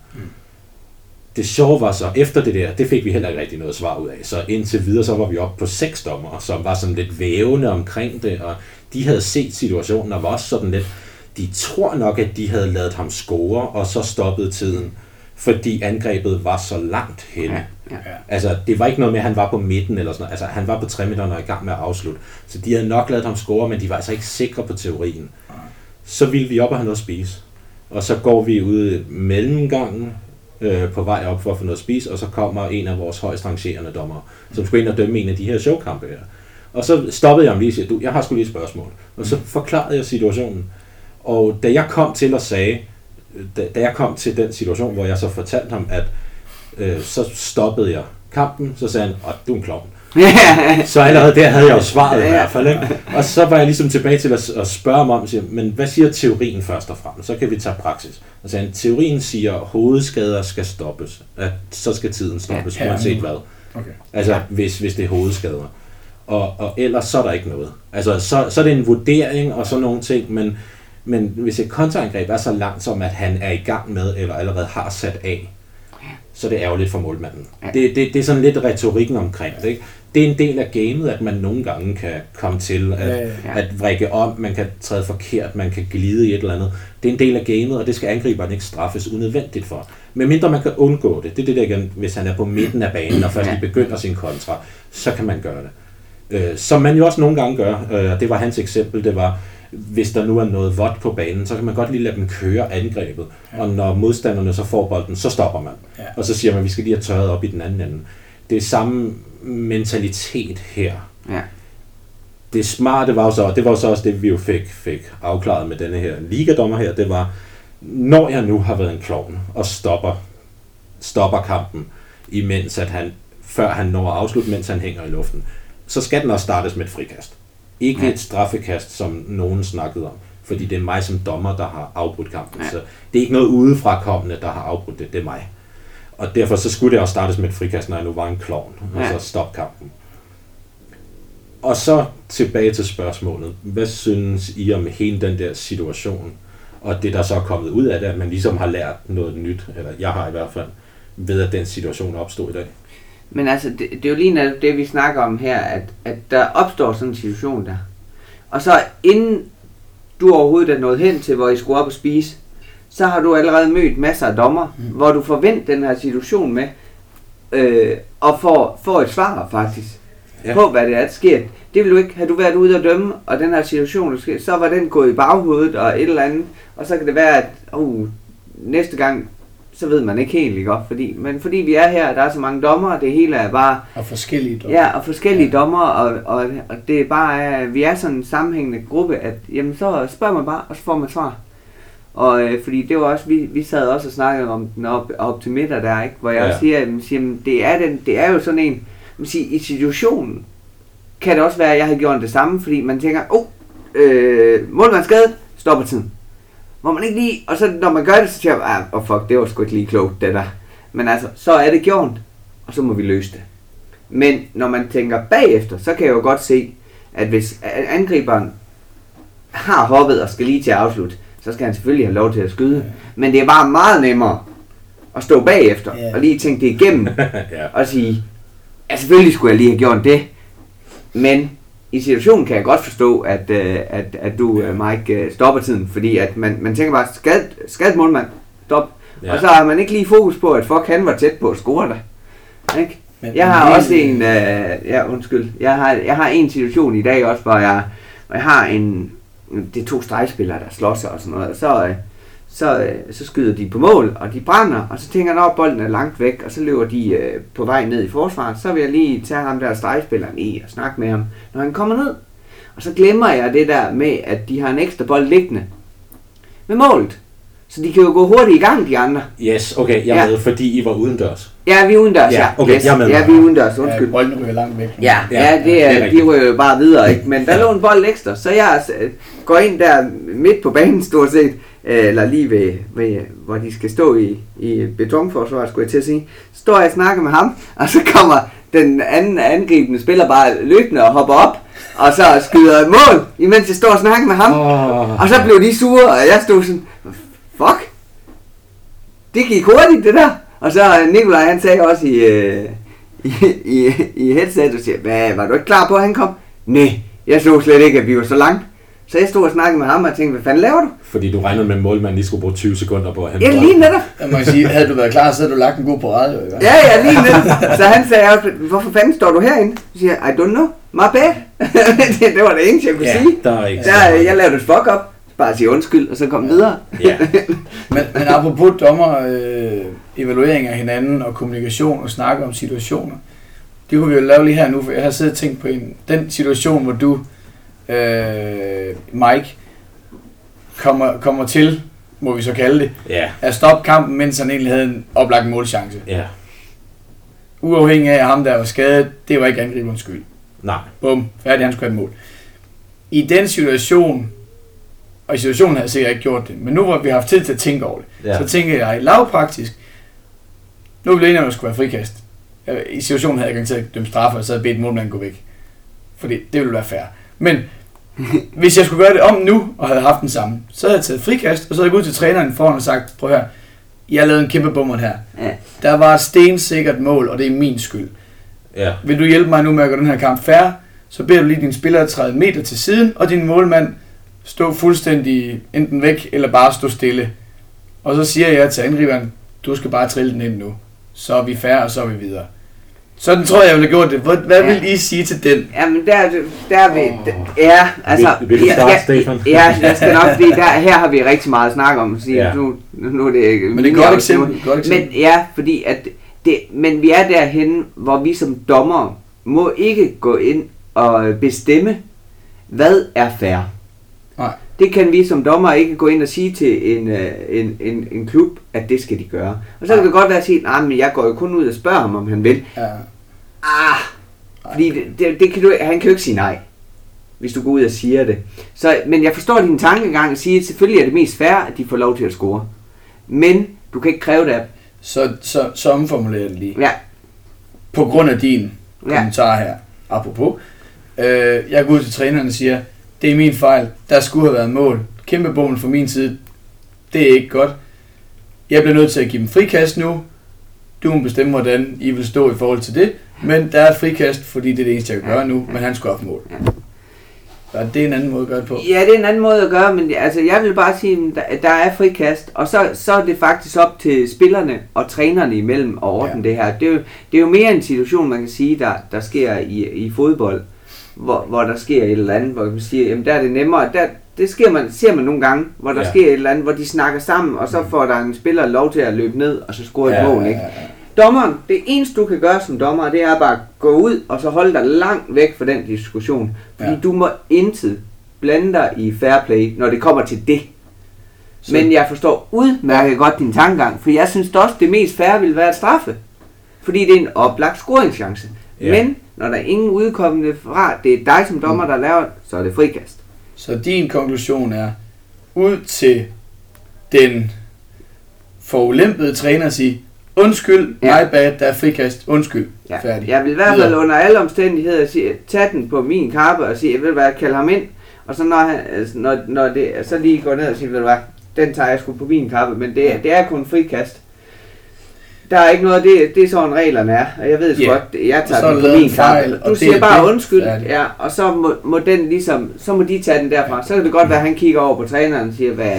Det sjove var så, efter det der, det fik vi heller ikke rigtig noget svar ud af, så indtil videre så var vi oppe på 6 dommere, som var sådan lidt vævende omkring det, og de havde set situationen og var også sådan lidt, de tror nok, at de havde ladet ham score, og så stoppede tiden, fordi angrebet var så langt henne. Ja. Altså, det var ikke noget med, at han var på midten eller sådan noget. Altså, han var på 3 meter og i gang med at afslutte. Så de havde nok ladet ham score, men de var altså ikke sikre på teorien. Så ville vi op og have noget at spise. Og så går vi ud mellemgangen på vej op for at få noget at spise, og så kommer en af vores højst rangerende dommere, som skulle ind og dømme en af de her showkampe her. Og så stoppede jeg ham lige og siger, jeg har sgu lige et spørgsmål. Og så forklarede jeg situationen. Og da jeg kom til at sige, da jeg kom til den situation, hvor jeg så fortalte ham, at så stoppede jeg kampen, så sagde han, du er en klovn. Så allerede der havde jeg jo svaret i hvert fald, ikke? Og så var jeg ligesom tilbage til at spørge ham om, men hvad siger teorien først og fremmest? Så kan vi tage praksis. Og så teorien siger, at hovedskader skal stoppes. At så skal tiden stoppes, uanset hvad. Okay. Altså, hvis det er hovedskader. Og ellers så er der ikke noget. Altså, så er det en vurdering og sådan nogle ting, men hvis et kontraangreb er så langt som, at han er i gang med, eller allerede har sat af, så er det ærgerligt for målmanden. Det er sådan lidt retorikken omkring det, ikke? Det er en del af gamet, at man nogle gange kan komme til at vrikke om, man kan træde forkert, man kan glide i et eller andet. Det er en del af gamet, og det skal angriberen ikke straffes unødvendigt for. Medmindre man kan undgå det. Det er det der igen, hvis han er på midten af banen, og først begynder sin kontra, så kan man gøre det. Som man jo også nogle gange gør, og det var hans eksempel, det var, hvis der nu er noget vådt på banen, så kan man godt lige lade dem køre angrebet. Ja. Og når modstanderne så får bolden, så stopper man. Ja. Og så siger man, at vi skal lige have tørret op i den anden ende. Det er samme mentalitet her. Ja. Det smarte var jo så, og det var jo så også det, vi jo fik afklaret med denne her ligadommer her, det var, når jeg nu har været en klovn og stopper kampen, imens at før han når at afslutte, mens han hænger i luften, så skal den også startes med et frikast. Ikke et straffekast, som nogen snakkede om, fordi det er mig som dommer, der har afbrudt kampen. Så det er ikke noget udefrakommende, der har afbrudt det er mig. Og derfor så skulle det også startes med et frikast, når jeg nu var en klovn, og så stoppe kampen. Og så tilbage til spørgsmålet. Hvad synes I om hele den der situation, og det der så er kommet ud af det, at man ligesom har lært noget nyt, eller jeg har i hvert fald, ved at den situation opstod i dag? Men altså, det er jo lige netop det, vi snakker om her, at der opstår sådan en situation der. Og så inden du overhovedet er nået hen til, hvor I skulle op og spise, så har du allerede mødt masser af dommer, hvor du forventer den her situation med, og får et svar faktisk, på hvad det er, der sker. Det vil du ikke. Har du været ude at dømme, og den her situation, der sker, så var den gået i baghovedet og et eller andet, og så kan det være, at næste gang, så ved man ikke helt, ikke? Fordi vi er her, der er så mange dommere, det hele er bare... Og forskellige dommer. Ja, og forskellige dommer, og det er bare, vi er sådan en sammenhængende gruppe, at jamen, så spørger man bare, og så får man svar. Og fordi det var også, vi sad også og snakkede om den op til middag der, ikke? Hvor jeg også siger, det er jo sådan en, i situationen kan det også være, at jeg har gjort det samme, fordi man tænker, målmand skadet, stopper tiden. Hvor man ikke lige, og så når man gør det, så tænker jeg, fuck, det var sgu ikke lige klogt, det der. Men altså, så er det gjort, og så må vi løse det. Men når man tænker bagefter, så kan jeg jo godt se, at hvis angriberen har hoppet og skal lige til at afslutte, så skal han selvfølgelig have lov til at skyde. Men det er bare meget nemmere at stå bagefter og lige tænke det igennem og sige, selvfølgelig skulle jeg lige have gjort det, men i situationen kan jeg godt forstå, at du, Mike, stopper tiden, fordi at man tænker bare, skadet målmand, stop. Ja. Og så har man ikke lige fokus på, at fuck, han var tæt på at score der. Ikke? Jeg har også en, jeg har en situation i dag også, hvor jeg har det er 2 stregspillere, der slår sig og sådan noget, og så skyder de på mål, og de brænder, og så tænker jeg, når bolden er langt væk, og så løber de på vej ned i forsvaret, så vil jeg lige tage ham der stregspilleren i og snakke med ham, når han kommer ned. Og så glemmer jeg det der med, at de har en ekstra bold liggende med målet. Så de kan jo gå hurtigt i gang, de andre. Yes, okay, jeg er med, fordi I var udendørs. Ja, vi er udendørs, ja. Okay, yes. jeg er med. Ja, vi er udendørs, undskyld. Ja, bolden ryger langt væk. Ja, de ryger jo bare videre, ikke? Men der lå en bold ekstra, så jeg går ind der midt på banen stort set, eller lige ved hvor de skal stå i betonforsvar, skulle jeg til at sige. Står jeg og snakker med ham, og så kommer den anden angribende spiller bare løbende og hopper op, og så skyder et mål, imens jeg står og snakker med ham. Og så blev de sure, og jeg stod sådan, fuck, det gik hurtigt det der. Og så Nikolaj, han sagde også i headset, og siger, hvad, var du ikke klar på, at han kom? Nej, jeg så slet ikke, at vi var så langt. Så jeg stod og snakkede med ham og tænkte, hvad fanden laver du? Fordi du regnede med målmanden lige skulle bruge 20 sekunder på at hente. Ja, lige netop. Jeg må sige, havde du været klar, så havde du lagt en god på radio. Ja, lige netop. Så han sagde også, hvorfor fanden står du herinde? Så siger jeg, I don't know, my bad. Det var det eneste, jeg kunne sige. Der er ikke jeg lavede et fuck up. Bare sige undskyld, og så kom videre. Ja. men apropos dommer, evaluering af hinanden og kommunikation og snakke om situationer, det kunne vi jo lave lige her nu, for jeg har siddet og tænkt på den situation, hvor du, Mike, kommer til, må vi så kalde det, at stoppe kampen, mens han egentlig havde en oplagt målchance. Ja. Uafhængig af ham, der var skadet, det var ikke angriberens skyld. Nej. Bum, færdig, han skulle have et mål. I den situation, og i situationen havde jeg sikkert ikke gjort det, men nu hvor vi har haft tid til at tænke over det, så tænker jeg lavpraktisk, nu ville jeg enige, at der skulle være frikast. I situationen havde jeg garanteret dømt straffe, og så havde jeg bedt målmanden gå væk. Fordi det ville være fair. Men hvis jeg skulle gøre det om nu, og havde haft den samme, så havde jeg taget frikast, og så havde jeg gået til træneren foran og sagt, prøv her, jeg lavede en kæmpe bummer her. Ja. Der var et stensikkert mål, og det er min skyld. Ja. Vil du hjælpe mig nu med at gøre den her kamp fair, så beder du lige din spiller at træde meter til siden, og din målmand stå fuldstændig enten væk, eller bare stå stille. Og så siger jeg til angriberen, du skal bare trille den ind nu. Så er vi fair, og så er vi videre. Sådan tror jeg ville have gjort det. Hvad vil I sige til den? Jamen der vil... Ja, altså... Vil du starte, Stefan? Ja, jeg skal nok blive her har vi rigtig meget at snakke om. Så nu er det... Men det er godt eksempel. Men ja, fordi at... Men vi er derhen, hvor vi som dommere må ikke gå ind og bestemme, hvad er fair. Nej. Det kan vi som dommer ikke gå ind og sige til en klub, at det skal de gøre. Og så kan det godt være at sige, men jeg går jo kun ud og spørger ham, om han vil. Ja. Fordi det kan han kan jo ikke sige nej, hvis du går ud og siger det. Så, men jeg forstår din tankegang at sige, at selvfølgelig er det mest fair, at de får lov til at score. Men du kan ikke kræve det af. Så omformulerer det lige. Ja. På grund af din kommentar her, apropos. Jeg går ud til træneren og siger, det er min fejl, der skulle have været mål. Kæmpe bommel fra min side, det er ikke godt. Jeg bliver nødt til at give dem frikast nu. Du må bestemme, hvordan I vil stå i forhold til det. Men der er et frikast, fordi det er det eneste, jeg kan gøre nu, men han skal op mål. Ja. Det er en anden måde at gøre det på. Ja, det er en anden måde at gøre, men altså, jeg vil bare sige, at der er frikast, og så er det faktisk op til spillerne og trænerne imellem at ordne det her. Det er jo mere en situation, man kan sige, der sker i fodbold, hvor der sker et eller andet, hvor man siger, jamen der er det nemmere. Det ser man nogle gange, hvor der sker et eller andet, hvor de snakker sammen, og så får der en spiller lov til at løbe ned, og så score et mål, ikke? Dommeren, det eneste du kan gøre som dommer, det er bare at gå ud, og så holde dig langt væk fra den diskussion. Fordi du må intet blande dig i fair play, når det kommer til det. Så. Men jeg forstår udmærket godt din tankegang, for jeg synes også, det mest fair vil være at straffe. Fordi det er en oplagt scoringschance. Ja. Men når der er ingen udkommende fra, det er dig som dommer, der laver, så er det frikast. Så din konklusion er, ud til den forulempede træner at sige, undskyld, my bad, der er frikast, undskyld, færdig. Jeg vil i hvert fald under alle omstændigheder sige, tage den på min kappe og sige, jeg vil være, kalde ham ind, og så når det så lige går ned og siger, ved du hvad, den tager jeg sgu på min kappe, men det er kun frikast. Der er ikke noget, det er sådan reglerne er, og jeg ved sgu godt, jeg tager den på min kappe. Du siger bare undskyld, og så må den ligesom, så må de tage den derfra. Så kan det godt være, at han kigger over på træneren og siger, hvad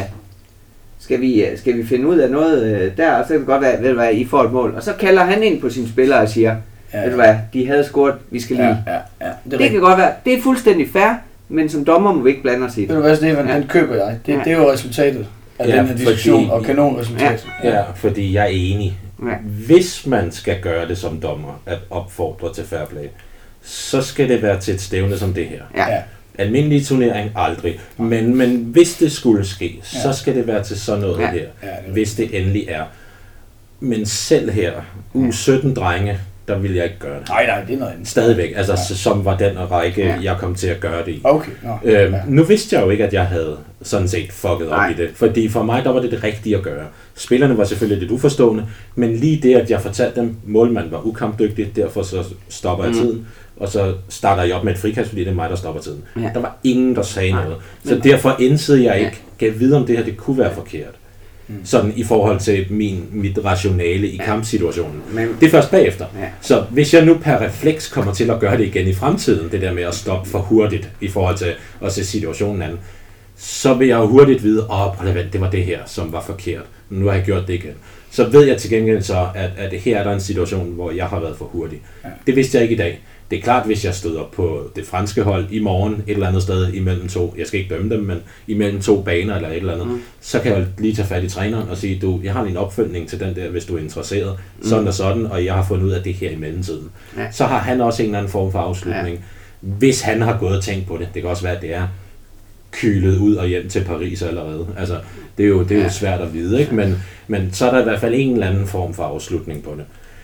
skal vi finde ud af noget der, og så kan det godt være, ved du hvad, I får et mål. Og så kalder han ind på sine spillere og siger, ved du hvad, de havde scoret, vi skal lige. Det kan godt være, det er fuldstændig fair, men som dommer må vi ikke blande os i det. Ved du hvad, Stefan, den køber jeg. Det er jo resultatet af den her diskussion, og kanonresultat. Ja, fordi jeg er enig. Ja. Hvis man skal gøre det som dommer, at opfordre til fair play, så skal det være til et stævne som det her. Almindelig turnering aldrig. Men hvis det skulle ske, så skal det være til sådan noget her. Hvis det endelig er. Men selv her, U17 drenge, der vil jeg ikke gøre det. Nej, det er noget andet. Stadigvæk, altså som var den række, jeg kom til at gøre det i. Okay. Nu vidste jeg jo ikke, at jeg havde sådan set fucket op i det. Fordi for mig, der var det rigtige at gøre. Spillerne var selvfølgelig lidt uforstående, men lige det, at jeg fortalte dem, målmanden var ukampdygtig, derfor så stopper jeg tiden. Og så starter jeg op med et frikast, fordi det er mig, der stopper tiden. Ja. Der var ingen, der sagde noget. Så derfor indsede jeg ikke, gav vide om det her, det kunne være forkert. Sådan i forhold til mit rationale i kampsituationen. Det er først bagefter. Så hvis jeg nu per refleks kommer til at gøre det igen i fremtiden, det der med at stoppe for hurtigt i forhold til at se situationen anden, så vil jeg jo hurtigt vide, det var det her, som var forkert. Nu har jeg gjort det igen. Så ved jeg til gengæld så, at her er der en situation, hvor jeg har været for hurtig. Det vidste jeg ikke i dag. Det er klart, hvis jeg støder på det franske hold i morgen et eller andet sted imellem to, jeg skal ikke dømme dem, men imellem to baner eller et eller andet, så kan jeg lige tage fat i træneren og sige, jeg har lige en opfølgning til den der, hvis du er interesseret, sådan og sådan, og jeg har fundet ud af det her i mellemtiden. Så har han også en eller anden form for afslutning, hvis han har gået og tænkt på det. Det kan også være, at det er kylet ud og hjem til Paris allerede. Altså, det er jo svært at vide, ikke? Men så er der i hvert fald en eller anden form for afslutning på det.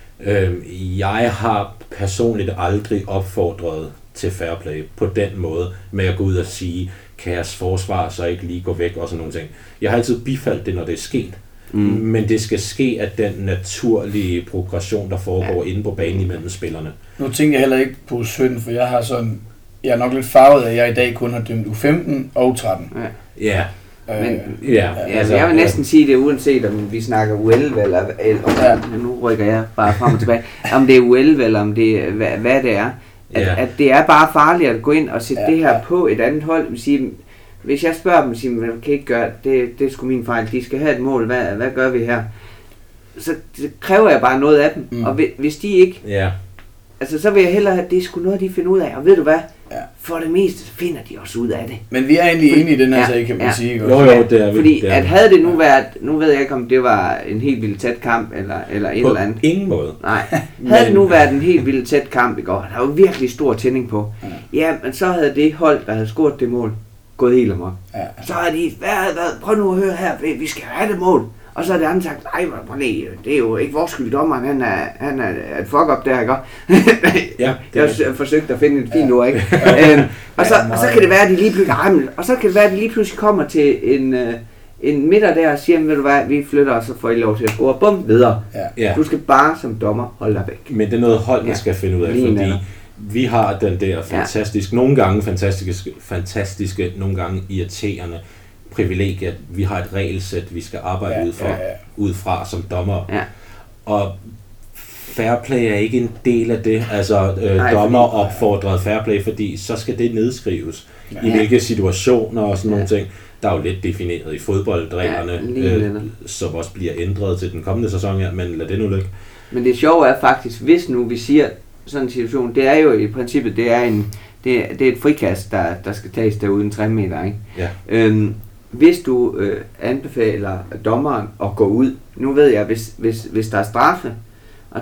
Jeg har personligt aldrig opfordret til fair play på den måde, med at gå ud og sige, kan jeres forsvar så ikke lige gå væk og sådan nogle ting. Jeg har altid bifaldt det, når det er sket. Men det skal ske af den naturlige progression, der foregår inde på banen imellem spillerne. Nu tænker jeg heller ikke på 17, for jeg er nok lidt farvet, at jeg i dag kun har dømt U15 og U13. Ja. Jeg vil næsten sige det, uanset om vi snakker U11 eller nu rykker jeg bare frem og tilbage, om det er U11 eller om det er, hvad det er, at det er bare farligt at gå ind og sætte det her på et andet hold. Hvis jeg spørger dem og siger, man kan ikke gøre det er sgu min fejl, de skal have et mål, hvad gør vi her? Så kræver jeg bare noget af dem, og hvis de ikke, altså så vil jeg hellere have, det er sgu noget, de finder ud af, og ved du hvad? For det meste, så finder de også ud af det. Men vi er egentlig enige i den her sag, kan man sige. Jo, det er vi. Fordi at havde det nu været, nu ved jeg ikke, om det var en helt vildt tæt kamp, eller et eller andet. På ingen måde. Nej. Havde det nu været en helt vildt tæt kamp i går, der var virkelig stor tænding på. Men så havde det hold, der havde scoret det mål, gået helt amok. Så havde de, prøv nu at høre her, vi skal have det mål. Og så har det andet sagt, det er jo ikke vores skyld, dommeren, han er et fuck up der, ikke? Jeg har forsøgt at finde et fint ord, ikke? Og så kan det være, at de lige pludselig, kommer til en midter der og siger, ved du hvad, vi flytter, og så får I lov til at score. Bum, videre. Du skal bare som dommer holde dig væk. Men det er noget hold, man skal finde ud af, fordi vi har den der nogle gange fantastiske, nogle gange irriterende privilegie, at vi har et regelsæt, vi skal arbejde ud fra som dommer. Og fair play er ikke en del af det. Altså dommer opfordret fair play, fordi så skal det nedskrives i hvilke situationer og sådan nogle ting. Der er jo lidt defineret i fodboldreglerne, som også bliver ændret til den kommende sæson her, men lad det nu ligge. Men det sjove er faktisk, hvis nu vi siger sådan en situation, det er jo i princippet, det er et frikast, der skal tages derude en 3 meter, ikke? Hvis du anbefaler dommeren at gå ud, nu ved jeg, hvis der er straffe, og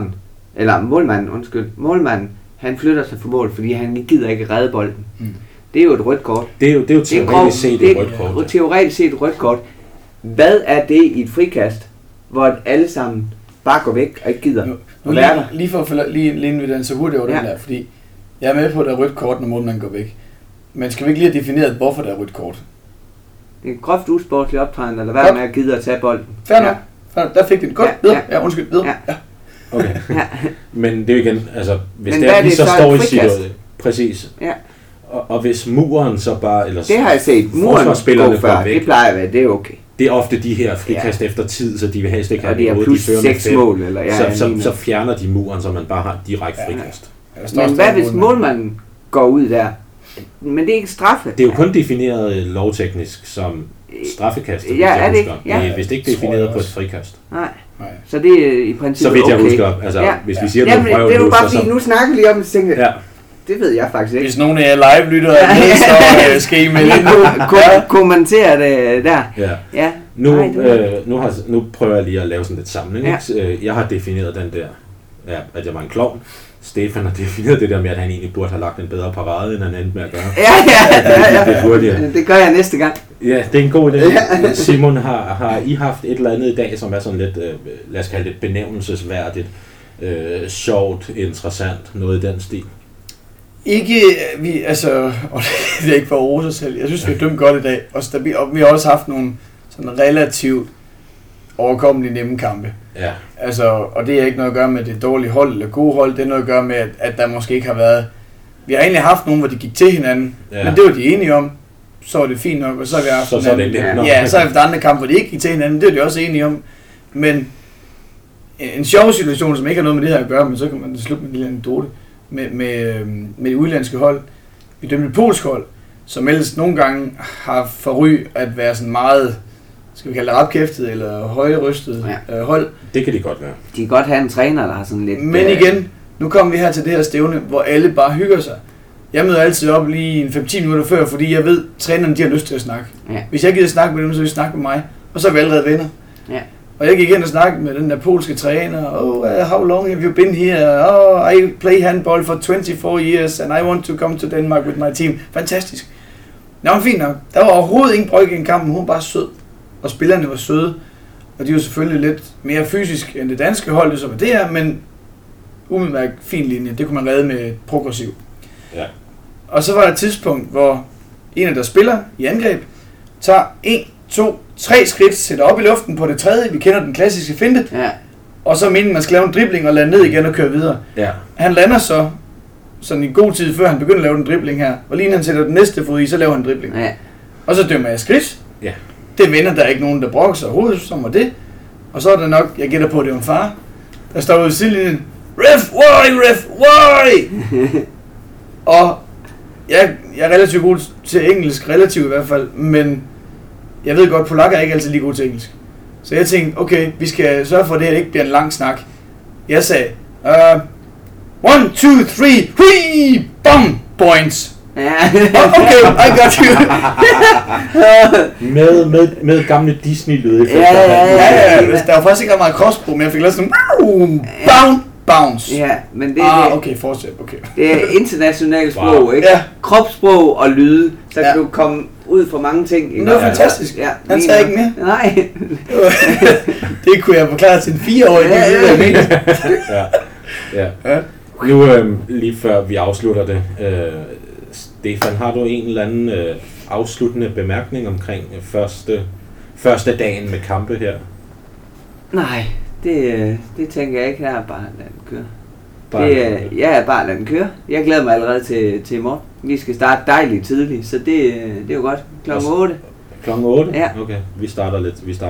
målmanden, han flytter sig for mål, fordi han gider ikke redde bolden. Det er jo et rødt kort. Det er jo teoretisk set et rødt kort. Teoretisk set et rødt kort. Hvad er det i et frikast, hvor alle sammen bare går væk og ikke gider at være der? Lige for at følge lige ved den, så hurtigt over den der, fordi jeg er med på, at der er rødt kort, når målmanden går væk. Men skal vi ikke lige have defineret, hvorfor der er rødt kort? Det er en groft usportlig optræden, eller hvad med at gide at tage bolden. Fair nok. Der fik den godt. Undskyld. Videre. Okay. Men det er jo igen, altså, hvis det er, vi så står i situationen. Præcis. Og hvis muren så bare, eller det har jeg set, muren går før, det plejer at være, det er okay. Det er ofte de her frikast efter tid, så de vil helst ikke have det plus 6 mål, eller så fjerner de muren, så man bare har direkte frikast. Men hvad hvis målmanden går ud der? Men det er ikke straffe. Det er jo kun defineret lovteknisk som straffekast. Er det ikke? Hvis det ikke er defineret på et frikast. Nej. Så det er i princippet så vidt jeg husker, altså hvis vi siger noget prøve, det er jo bare fordi, nu snakker vi lige om det, tænker det ved jeg faktisk ikke. Hvis nogen af jer live-lyttere er med, så skal I melde ind. Kommentere det der. Nu prøver jeg lige at lave sådan lidt samling. Jeg har defineret den der, at jeg var en klovn. Stefan har defineret det der med, at han egentlig burde have lagt en bedre parade, end han endte med at gøre. Ja. Det gør jeg næste gang. Ja, det er en god idé. Simon, har I haft et eller andet i dag, som er sådan lidt, lad os kalde det benævnelsesværdigt, sjovt, interessant, noget i den stil? Ikke, og det er ikke for at rose sig selv. Jeg synes, vi har dømt godt i dag, og vi har også haft nogle sådan relativt overkommelige nemme kampe. Ja. Altså, og det har ikke noget at gøre med det dårlige hold eller gode hold, det er noget at gøre med, at der måske ikke har været... Vi har egentlig haft nogen, hvor de gik til hinanden, men det var de enige om, så var det fint nok, og så har vi haft... Så har vi haft andre kampe, hvor de ikke gik til hinanden, det var de også enige om. Men en sjov situation, som ikke har noget med det her at gøre, men så kan man slutte med en lille anekdote, med de udlandske hold. Vi dømte et polsk hold, som ellers nogle gange har forry at være sådan meget... skal vi kalde det rapkæftet eller højrystet hold. Det kan de godt være. De kan godt have en træner, der har sådan lidt... Men igen, nu kommer vi her til det her stævne, hvor alle bare hygger sig. Jeg møder altid op lige en 5-10 minutter før, fordi jeg ved, at trænerne de har lyst til at snakke. Ja. Hvis jeg gider snakke med dem, så vil de snakke med mig. Og så er vi allerede venner. Ja. Og jeg gik ind og snakkede med den der polske træner. How long have you been here? I play handball for 24 years, and I want to come to Denmark with my team. Fantastisk. Nå, men fint nok. Der var overhovedet ingen bryg i en kamp, hun var bare sød. Og spillerne var søde, og de var selvfølgelig lidt mere fysisk end det danske hold, det så var det her, men umiddelbart fin linje, det kunne man redde med progressiv. Ja. Og så var der et tidspunkt, hvor en af der spiller i angreb, tager 1, 2, 3 skridt, sætter op i luften på det tredje, vi kender den klassiske finte, og så mener man skal lave en dribling og lande ned igen og køre videre. Ja. Han lander så sådan i god tid, før han begynder at lave den dribling her, og lige han sætter den næste fod i, så laver han en dribling. Ja. Og så dømmer jeg skridt. Ja. Det vender der ikke nogen, der brokker sig overhovedet, som var det. Og så er der nok, jeg gætter på, at det var en far, der står ude i sidelinjen, ref, why? Og jeg er relativt god til engelsk, relativt i hvert fald, men jeg ved godt, polakker er ikke altid lige gode til engelsk. Så jeg tænkte, okay, vi skal sørge for, at det her ikke bliver en lang snak. Jeg sagde, 1, 2, 3, hui, bum, points. Okay, I got you. med gamle Disney-lyde. Ja. Der var faktisk ikke meget crossbow, men jeg fik lavet sådan bounce. Ja, men det okay, fortsæt. Okay. Det er internationalt sprog, ikke? Ja. Kropssprog og lyde, så kan du komme ud for mange ting. Det var fantastisk. Ja, han sagde ikke mere. Nej. Det kunne jeg forklare til en 4-årig. Ja. Nu lige før vi afslutter det, Stefan, har du en eller anden afsluttende bemærkning omkring første dagen med kampe her? Nej, det tænker jeg ikke. Jeg er bare lade den køre. Bare lade den køre. Jeg glæder mig allerede til i morgen. Vi skal starte dejligt tidligt, så det er jo godt. Klokken 8. Klokken 8? Ja. Okay, vi starter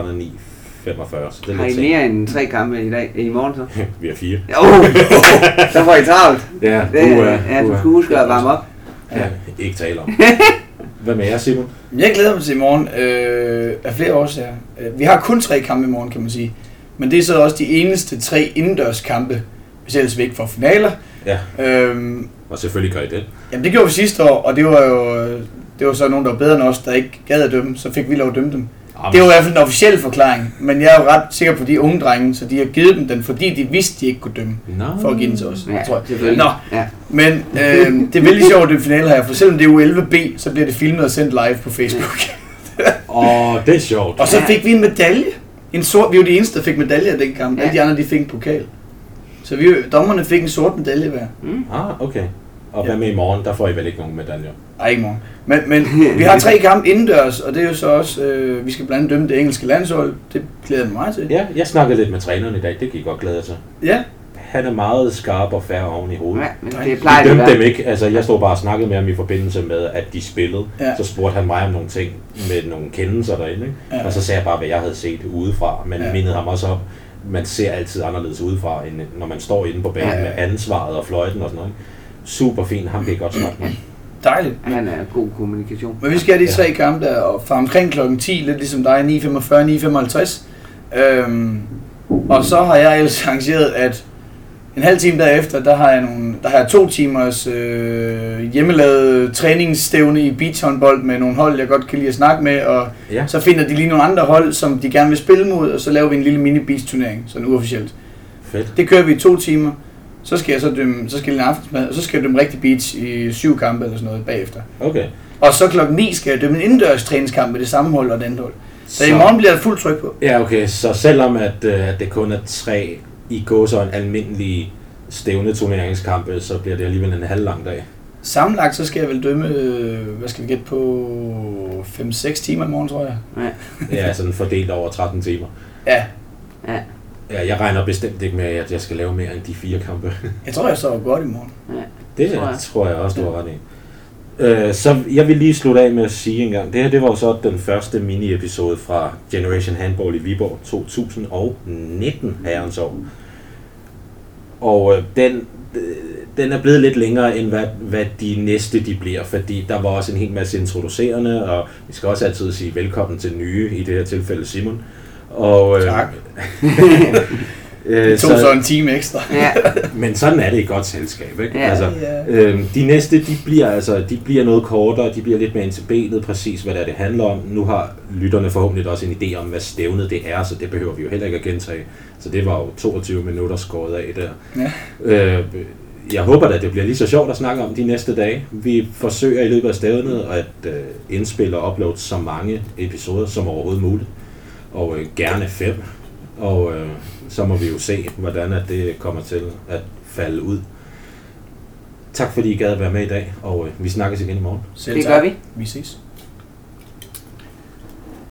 9:45. Så det er har I lidt mere end 3 kampe i morgen så? Vi har 4. Så får I travlt. Ja, du skal huske at varme op. Ja, ikke tale om. Hvad med jer, Simon? Jeg glæder mig til i morgen af flere årsager. Vi har kun 3 kampe i morgen, kan man sige. Men det er så også de eneste 3 indendørs kampe, hvis ellers vi ikke får finaler. Ja, og selvfølgelig gør I det. Jamen det gjorde vi sidste år, og det var så nogen, der var bedre end os, der ikke gad at dømme, så fik vi lov at dømme dem. Det var i hvert fald en officiel forklaring, men jeg er jo ret sikker på de unge drenge, så de har givet dem den, fordi de vidste, de ikke kunne dømme, for at give den til os. Ja, tror jeg. Men det er veldig sjovt, det finale her, for selvom det er U11B, så bliver det filmet og sendt live på Facebook. Det er sjovt. Og så fik vi en medalje. Vi var de eneste, der fik medalje af den kamp. Alle de andre, de fik en pokal. Så dommerne fik en sort medalje hver. Okay. Og hvad med i morgen? Der får I vel ikke nogen medaljer? Nej, ikke morgen. Men vi har 3 kampe indendørs, og det er jo så også, vi skal blandt andet dømme det engelske landshold. Det glæder jeg mig meget til. Ja, jeg snakkede lidt med træneren i dag. Det kan I godt glæde sig. Ja. Han er meget skarp og fair oven i hovedet. Ja, men det plejer de dømte dem ikke. Altså, jeg stod bare og snakkede med ham i forbindelse med, at de spillede. Ja. Så spurgte han mig om nogle ting med nogle kendelser derinde. Ikke? Ja. Og så sagde jeg bare, hvad jeg havde set udefra. Men mindede ham også op, man ser altid anderledes udefra, end når man står inde på banen med ansvaret og fløjten og sådan noget. Super fint, ham kan I godt snakke med. Dejligt. Han er god kommunikation. Men vi skal have de 3 kampe der, og fra omkring klokken 10, lidt ligesom dig, 9:45, 9:55. Og så har jeg ellers arrangeret, at en halv time derefter, der har jeg 2 timers hjemmelavet træningsstævne i beachhåndbold med nogle hold, jeg godt kan lide at snakke med, og så finder de lige nogle andre hold, som de gerne vil spille mod, og så laver vi en lille mini beach turnering, sådan uofficielt. Fedt. Det kører vi i 2 timer. så skal jeg så dømme, så skal jeg en aftensmad, og så skal jeg dømme rigtig beach i 7 kampe eller sådan noget bagefter. Okay. Og så klokken 9 skal jeg dømme en indendørs træningskamp med det samme hold og det andet hold. Så i morgen bliver der fuldt tryk på. Ja, okay. Så selvom at det kun er 3 i gåsøjne almindelige stævneturneringskampe, så bliver det alligevel en halv lang dag. Sammenlagt så skal jeg vel dømme, hvad skal vi gætte på, 5-6 timer i morgen, tror jeg. Ja, sådan fordelt over 13 timer. Ja. Ja, jeg regner bestemt ikke med, at jeg skal lave mere end de 4 kampe. Jeg tror, jeg sover godt i morgen. Det tror jeg også, du har ret i. Så jeg vil lige slutte af med at sige en gang, det var så den første mini-episode fra Generation Handball i Viborg 2019 herrens år. Og den er blevet lidt længere end hvad de næste de bliver, fordi der var også en hel masse introducerende, og vi skal også altid sige velkommen til nye, i det her tilfælde Simon. Og, tak. Det tog så en time ekstra. Ja. Men sådan er det i godt selskab, ikke? Ja. Altså, de næste, de bliver noget kortere, de bliver lidt mere ind til benet, præcis hvad det handler om. Nu har lytterne forhåbentlig også en idé om, hvad stævnet det er, så det behøver vi jo heller ikke at gentage. Så det var jo 22 minutter skåret af der. Ja. Jeg håber at det bliver lige så sjovt at snakke om de næste dage. Vi forsøger i løbet af stævnet at indspille og uploade så mange episoder som overhovedet muligt. Og gerne 5. Og så må vi jo se, hvordan at det kommer til at falde ud. Tak fordi I gad at være med i dag, og vi snakkes igen i morgen. Selv Det gør vi. Vi ses.